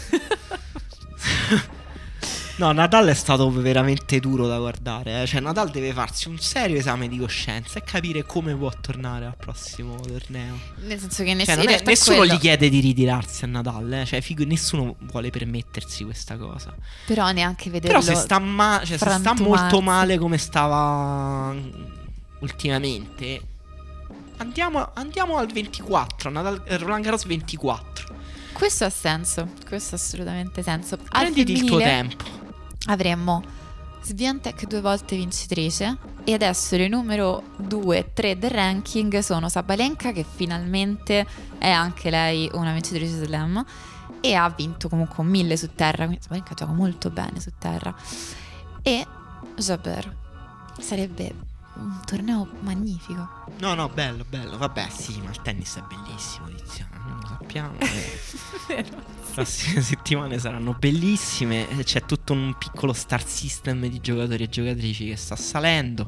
No, Nadal è stato veramente duro da guardare, eh. Cioè, Nadal deve farsi un serio esame di coscienza e capire come può tornare al prossimo torneo. Nel senso che ness- Cioè, non in è- realtà nessuno quello- gli chiede di ritirarsi a Nadal, eh. Cioè, figo, nessuno vuole permettersi questa cosa. Però neanche vederlo. Però se sta, ma- cioè, se sta frantumarsi. molto male come stava ultimamente, andiamo, andiamo al ventiquattro, Nadal, eh, Roland Garros ventiquattro. Questo ha senso, questo ha assolutamente senso. Al Prenditi il tuo femminile tempo. avremmo Swiatek due volte vincitrice, e adesso le numero due e tre del ranking sono Sabalenka, che finalmente è anche lei una vincitrice slam e ha vinto comunque un mille su terra, quindi Sabalenka gioca molto bene su terra, e Jabeur. Sarebbe un torneo magnifico. No, no, bello, bello. Vabbè, sì, ma il tennis è bellissimo, Tiziana, non lo sappiamo. Le prossime settimane saranno bellissime. C'è tutto un piccolo star system di giocatori e giocatrici che sta salendo.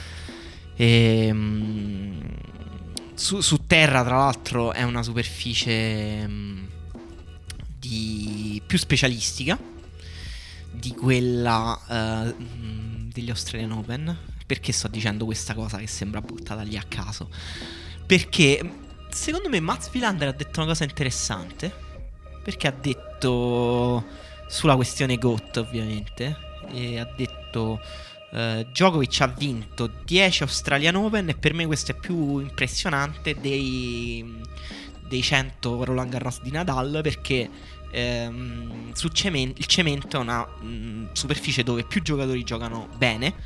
E um, su, su terra, tra l'altro, è una superficie um, di più specialistica di quella uh, degli Australian Open. Perché sto dicendo questa cosa che sembra buttata lì a caso? Perché secondo me Mats Wilander ha detto una cosa interessante. Perché ha detto, sulla questione GOAT ovviamente, e ha detto uh, Djokovic ha vinto dieci Australian Open e per me questo è più impressionante dei, dei cento Roland Garros di Nadal, perché ehm, su cemento, il cemento è una mh, superficie dove più giocatori giocano bene,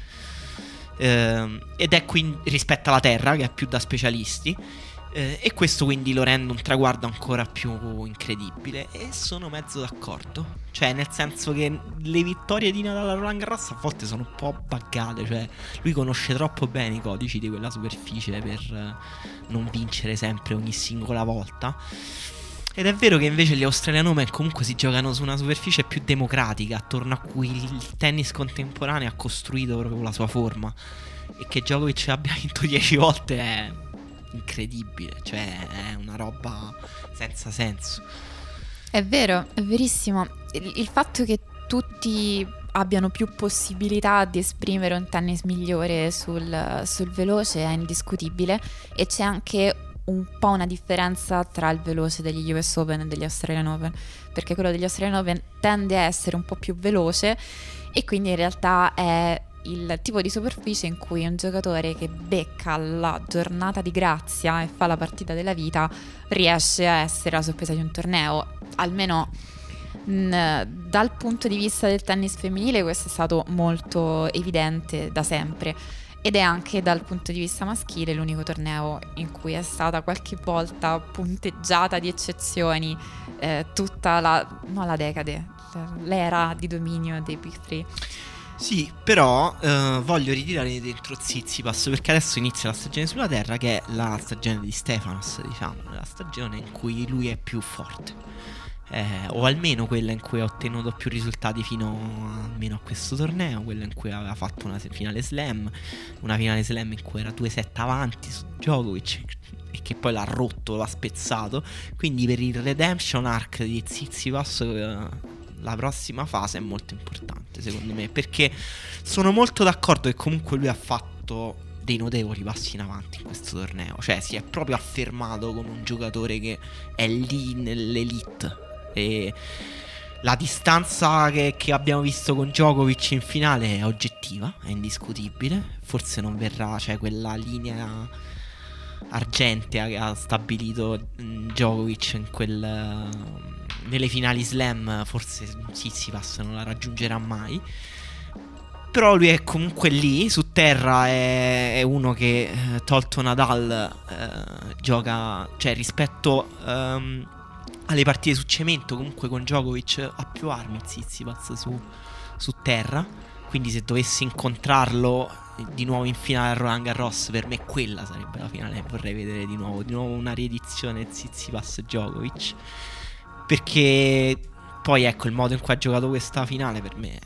Uh, ed è quindi rispetto alla terra, che è più da specialisti, uh, e questo quindi lo rende un traguardo ancora più incredibile. E sono mezzo d'accordo. Cioè, nel senso che le vittorie di Nadal a Roland Garros a volte sono un po' buggate. Cioè, lui conosce troppo bene i codici di quella superficie per uh, non vincere sempre ogni singola volta. Ed è vero che invece gli Australian Open comunque si giocano su una superficie più democratica, attorno a cui il tennis contemporaneo ha costruito proprio la sua forma. E che Djokovic abbia vinto dieci volte è incredibile, cioè è una roba senza senso. È vero, è verissimo. Il, il fatto che tutti abbiano più possibilità di esprimere un tennis migliore sul, sul veloce è indiscutibile, e c'è anche un po' una differenza tra il veloce degli U S Open e degli Australian Open, perché quello degli Australian Open tende a essere un po' più veloce, e quindi in realtà è il tipo di superficie in cui un giocatore che becca la giornata di grazia e fa la partita della vita riesce a essere a sorpresa di un torneo. Almeno mh, dal punto di vista del tennis femminile questo è stato molto evidente da sempre. Ed è anche dal punto di vista maschile l'unico torneo in cui è stata qualche volta punteggiata di eccezioni eh, tutta la, no, la decade, l'era di dominio dei Big Three. Sì, però eh, voglio ritirare dentro Tsitsipas, perché adesso inizia la stagione sulla terra, che è la stagione di Stefanos, diciamo, la stagione in cui lui è più forte. Eh, o almeno quella in cui ha ottenuto più risultati fino almeno a questo torneo, quella in cui aveva fatto una finale slam, una finale slam in cui era due set avanti su Djokovic e che poi l'ha rotto, l'ha spezzato. Quindi per il redemption arc di Tsitsipas eh, la prossima fase è molto importante secondo me, perché sono molto d'accordo che comunque lui ha fatto dei notevoli passi in avanti in questo torneo. Cioè si è proprio affermato come un giocatore che è lì nell'elite. E la distanza che, che abbiamo visto con Djokovic in finale è oggettiva, è indiscutibile. Forse non verrà, cioè quella linea argentea che ha stabilito Djokovic in quel, nelle finali slam, forse Tsitsipas non la raggiungerà mai. Però lui è comunque lì, su terra è, è uno che, eh, tolto Nadal, eh, gioca, cioè rispetto um, alle partite su cemento, comunque con Djokovic ha più armi Tsitsipas su, su terra. Quindi se dovessi incontrarlo di nuovo in finale a Roland Garros, per me quella sarebbe la finale che vorrei vedere di nuovo. Di nuovo una riedizione Tsitsipas-Djokovic, perché poi ecco il modo in cui ha giocato questa finale per me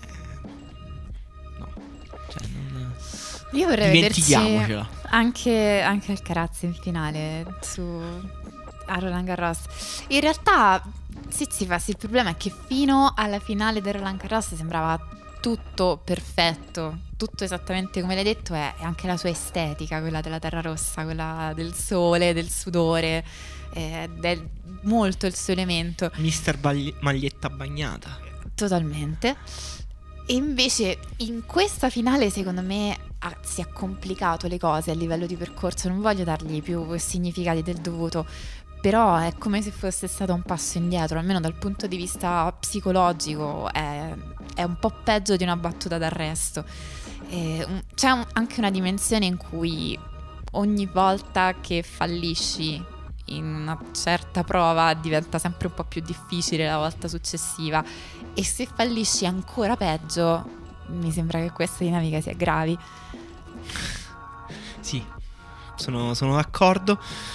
no, cioè non... Io vorrei vederci anche, anche Alcaraz in finale su a Roland Garros. In realtà Tsitsipas, il problema è che fino alla finale del Roland Garros sembrava tutto perfetto, tutto esattamente come l'hai detto. È anche la sua estetica, quella della terra rossa, quella del sole, del sudore, ed è molto il suo elemento. Mister Bagli- maglietta bagnata. Totalmente. E invece in questa finale secondo me ha, si è complicato le cose a livello di percorso. Non voglio dargli più significati del dovuto, però è come se fosse stato un passo indietro, almeno dal punto di vista psicologico è, è un po' peggio di una battuta d'arresto. E, un, c'è un, anche una dimensione in cui ogni volta che fallisci in una certa prova diventa sempre un po' più difficile la volta successiva, e se fallisci ancora peggio mi sembra che questa dinamica si aggravi. Sì, sono, sono d'accordo.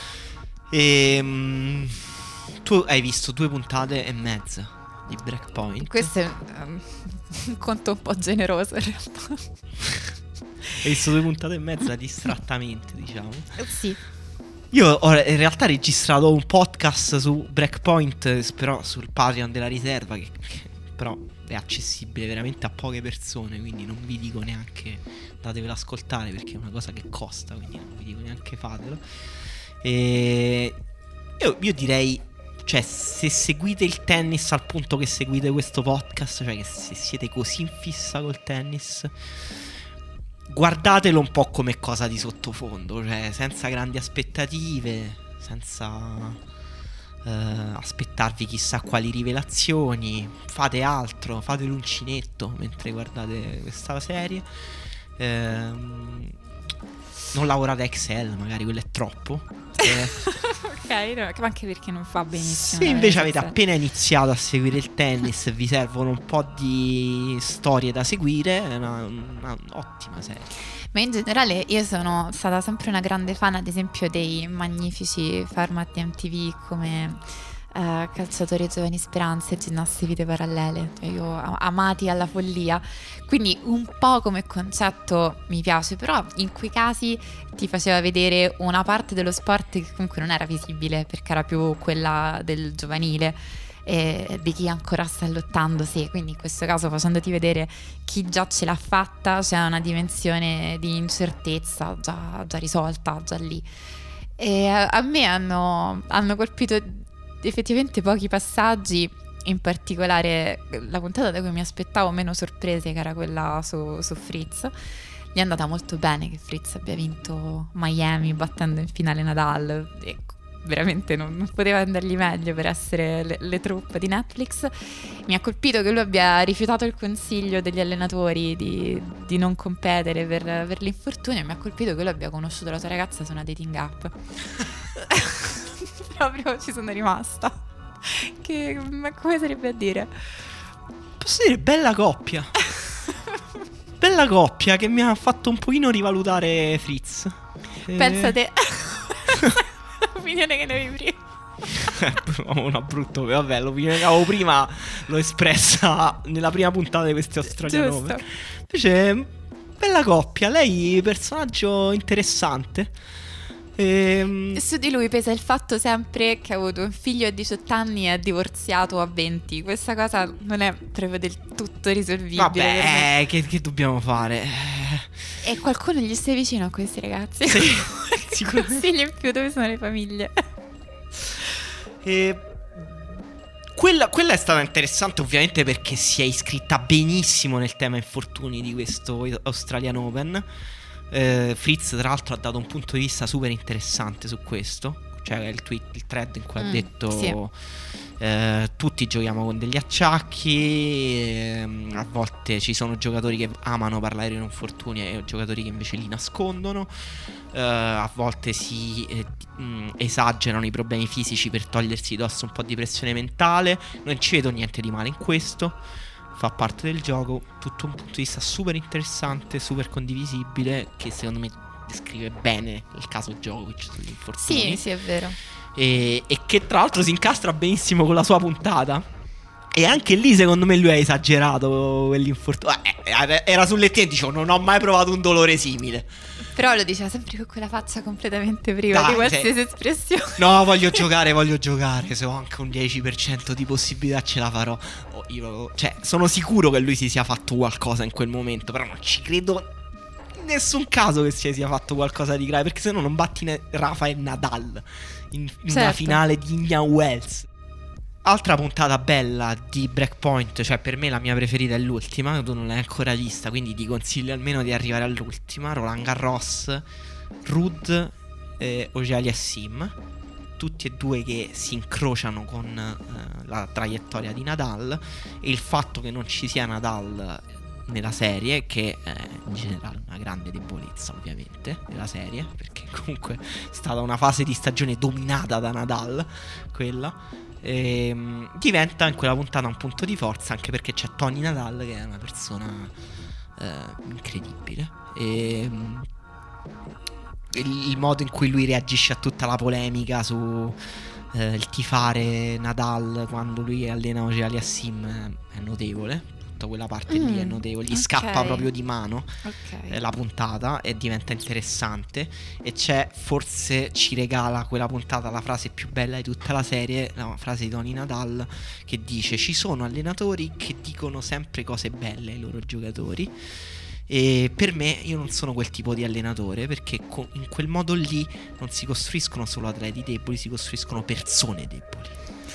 E, um, tu hai visto due puntate e mezza di Breakpoint. Questo è um, un conto un po' generoso in realtà. Hai visto due puntate e mezza distrattamente, diciamo. Sì. Io ho in realtà registrato un podcast su Breakpoint, però sul Patreon della riserva, che, che però è accessibile veramente a poche persone, quindi non vi dico neanche datevelo ascoltare, perché è una cosa che costa, quindi non vi dico neanche fatelo. E io, io direi, cioè, se seguite il tennis al punto che seguite questo podcast, cioè che se siete così in fissa col tennis, guardatelo un po' come cosa di sottofondo, cioè senza grandi aspettative, senza eh, aspettarvi chissà quali rivelazioni. Fate altro, fate l'uncinetto mentre guardate questa serie. Ehm, non lavorate a Excel, magari quello è troppo. Eh, ok, no, anche perché non fa benissimo. Se invece avete appena iniziato a seguire il tennis e vi servono un po' di storie da seguire, è una, una ottima serie. Ma in generale io sono stata sempre una grande fan, ad esempio, dei magnifici format di M T V come uh, Calciatori Giovani Speranze e Ginnasti Vite Parallele, cioè io amati alla follia, quindi un po' come concetto mi piace, però in quei casi ti faceva vedere una parte dello sport che comunque non era visibile perché era più quella del giovanile e di chi ancora sta lottando, sì, quindi in questo caso facendoti vedere chi già ce l'ha fatta c'è una dimensione di incertezza già, già risolta, già lì. E a, a me hanno, hanno colpito effettivamente pochi passaggi, in particolare la puntata da cui mi aspettavo meno sorprese, che era quella su, su Fritz. Gli è andata molto bene che Fritz abbia vinto Miami battendo in finale Nadal, e veramente non, non poteva andargli meglio per essere le, le troupe di Netflix. Mi ha colpito che lui abbia rifiutato il consiglio degli allenatori di, di non competere per, per l'infortunio, e mi ha colpito che lui abbia conosciuto la sua ragazza su una dating app. Proprio ci sono rimasta. Che, ma come sarebbe a dire? Posso dire bella coppia. Bella coppia che mi ha fatto un pochino rivalutare Fritz. Pensa te. L'opinione che ne avevi prima. Una brutta, vabbè, l'opinione che avevo prima l'ho espressa nella prima puntata di questi Australian Open. Invece bella coppia, lei personaggio interessante. E su di lui pesa il fatto sempre che ha avuto un figlio a diciotto anni e è divorziato a venti. Questa cosa non è proprio del tutto risolvibile. Vabbè, eh, che, che dobbiamo fare? E qualcuno gli stai vicino a questi ragazzi? Sì. Consigli in più, dove sono le famiglie? E quella, quella è stata interessante, ovviamente, perché si è iscritta benissimo nel tema infortuni di questo Australian Open. eh, Fritz tra l'altro ha dato un punto di vista super interessante su questo, cioè il tweet, il thread in cui mm, ha detto sì. eh, tutti giochiamo con degli acciacchi, eh, a volte ci sono giocatori che amano parlare di infortuni e giocatori che invece li nascondono, eh, a volte si eh, mh, esagerano i problemi fisici per togliersi addosso un po' di pressione mentale. Non ci vedo niente di male in questo, fa parte del gioco. Tutto un punto di vista super interessante, super condivisibile, che secondo me descrive bene il caso Djokovic sugli infortuni. Sì, sì, è vero. E, e che tra l'altro si incastra benissimo con la sua puntata. E anche lì secondo me lui ha esagerato quell'infortunio. eh, Era sul lettino e dicevo non ho mai provato un dolore simile. Però lo diceva sempre con quella faccia completamente priva Dai, di qualsiasi se... espressione. No, voglio giocare, voglio giocare. Se ho anche un dieci per cento di possibilità ce la farò. oh, io, Cioè sono sicuro che lui si sia fatto qualcosa in quel momento, però non ci credo in nessun caso che si sia fatto qualcosa di grave, perché se no non batti ne- Rafael Nadal in, in certo. una finale di Indian Wells. Altra puntata bella di Breakpoint, cioè per me la mia preferita è l'ultima, tu non l'hai ancora vista, quindi ti consiglio almeno di arrivare all'ultima. Roland Garros, Ruud e Auger-Aliassime, tutti e due che si incrociano con eh, la traiettoria di Nadal, e il fatto che non ci sia Nadal nella serie, che è in generale una grande debolezza ovviamente della serie, perché comunque è stata una fase di stagione dominata da Nadal quella. E, um, diventa in quella puntata un punto di forza, anche perché c'è Tony Nadal che è una persona uh, incredibile. E um, il, il modo in cui lui reagisce a tutta la polemica su eh, il tifare Nadal quando lui allena Auger-Aliassime è notevole. Tutta quella parte mm, lì è notevole. Gli okay. scappa proprio di mano okay. eh, la puntata e diventa interessante. E c'è, forse ci regala quella puntata la frase più bella di tutta la serie, la frase di Tony Nadal, che dice: ci sono allenatori che dicono sempre cose belle ai loro giocatori, e per me, io non sono quel tipo di allenatore, perché in quel modo lì non si costruiscono solo atleti deboli, si costruiscono persone deboli.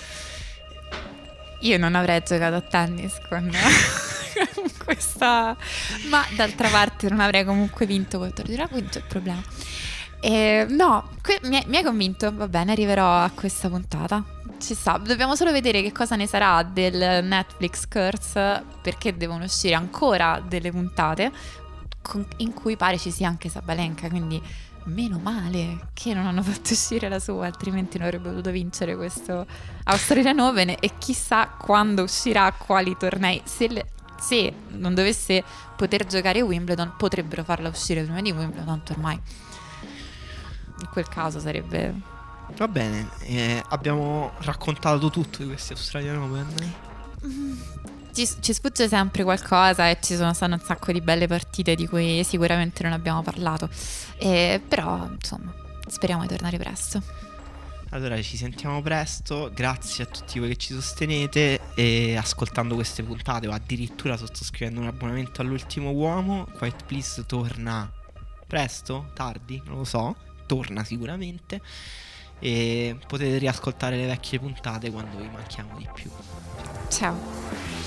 Io non avrei giocato a tennis con questa, ma d'altra parte non avrei comunque vinto col Torino, quindi c'è il problema. E, no, que- mi, mi hai convinto, va bene, arriverò a questa puntata. Ci sta, dobbiamo solo vedere che cosa ne sarà del Netflix Curse, perché devono uscire ancora delle puntate con- in cui pare ci sia anche Sabalenka, quindi meno male che non hanno fatto uscire la sua, altrimenti non avrebbe potuto vincere questo Australian Open. E chissà quando uscirà, quali tornei. Se, le, se non dovesse poter giocare Wimbledon, potrebbero farla uscire prima di Wimbledon, tanto ormai in quel caso sarebbe... Va bene, eh, abbiamo raccontato tutto di questi Australian Open. Mm. Ci, ci sfugge sempre qualcosa e ci sono state un sacco di belle partite di cui sicuramente non abbiamo parlato, eh, però insomma speriamo di tornare presto. Allora ci sentiamo presto, grazie a tutti voi che ci sostenete e ascoltando queste puntate o addirittura sottoscrivendo un abbonamento all'Ultimo Uomo. Quiet Please torna presto, tardi, non lo so, torna sicuramente, e potete riascoltare le vecchie puntate quando vi manchiamo di più. Ciao.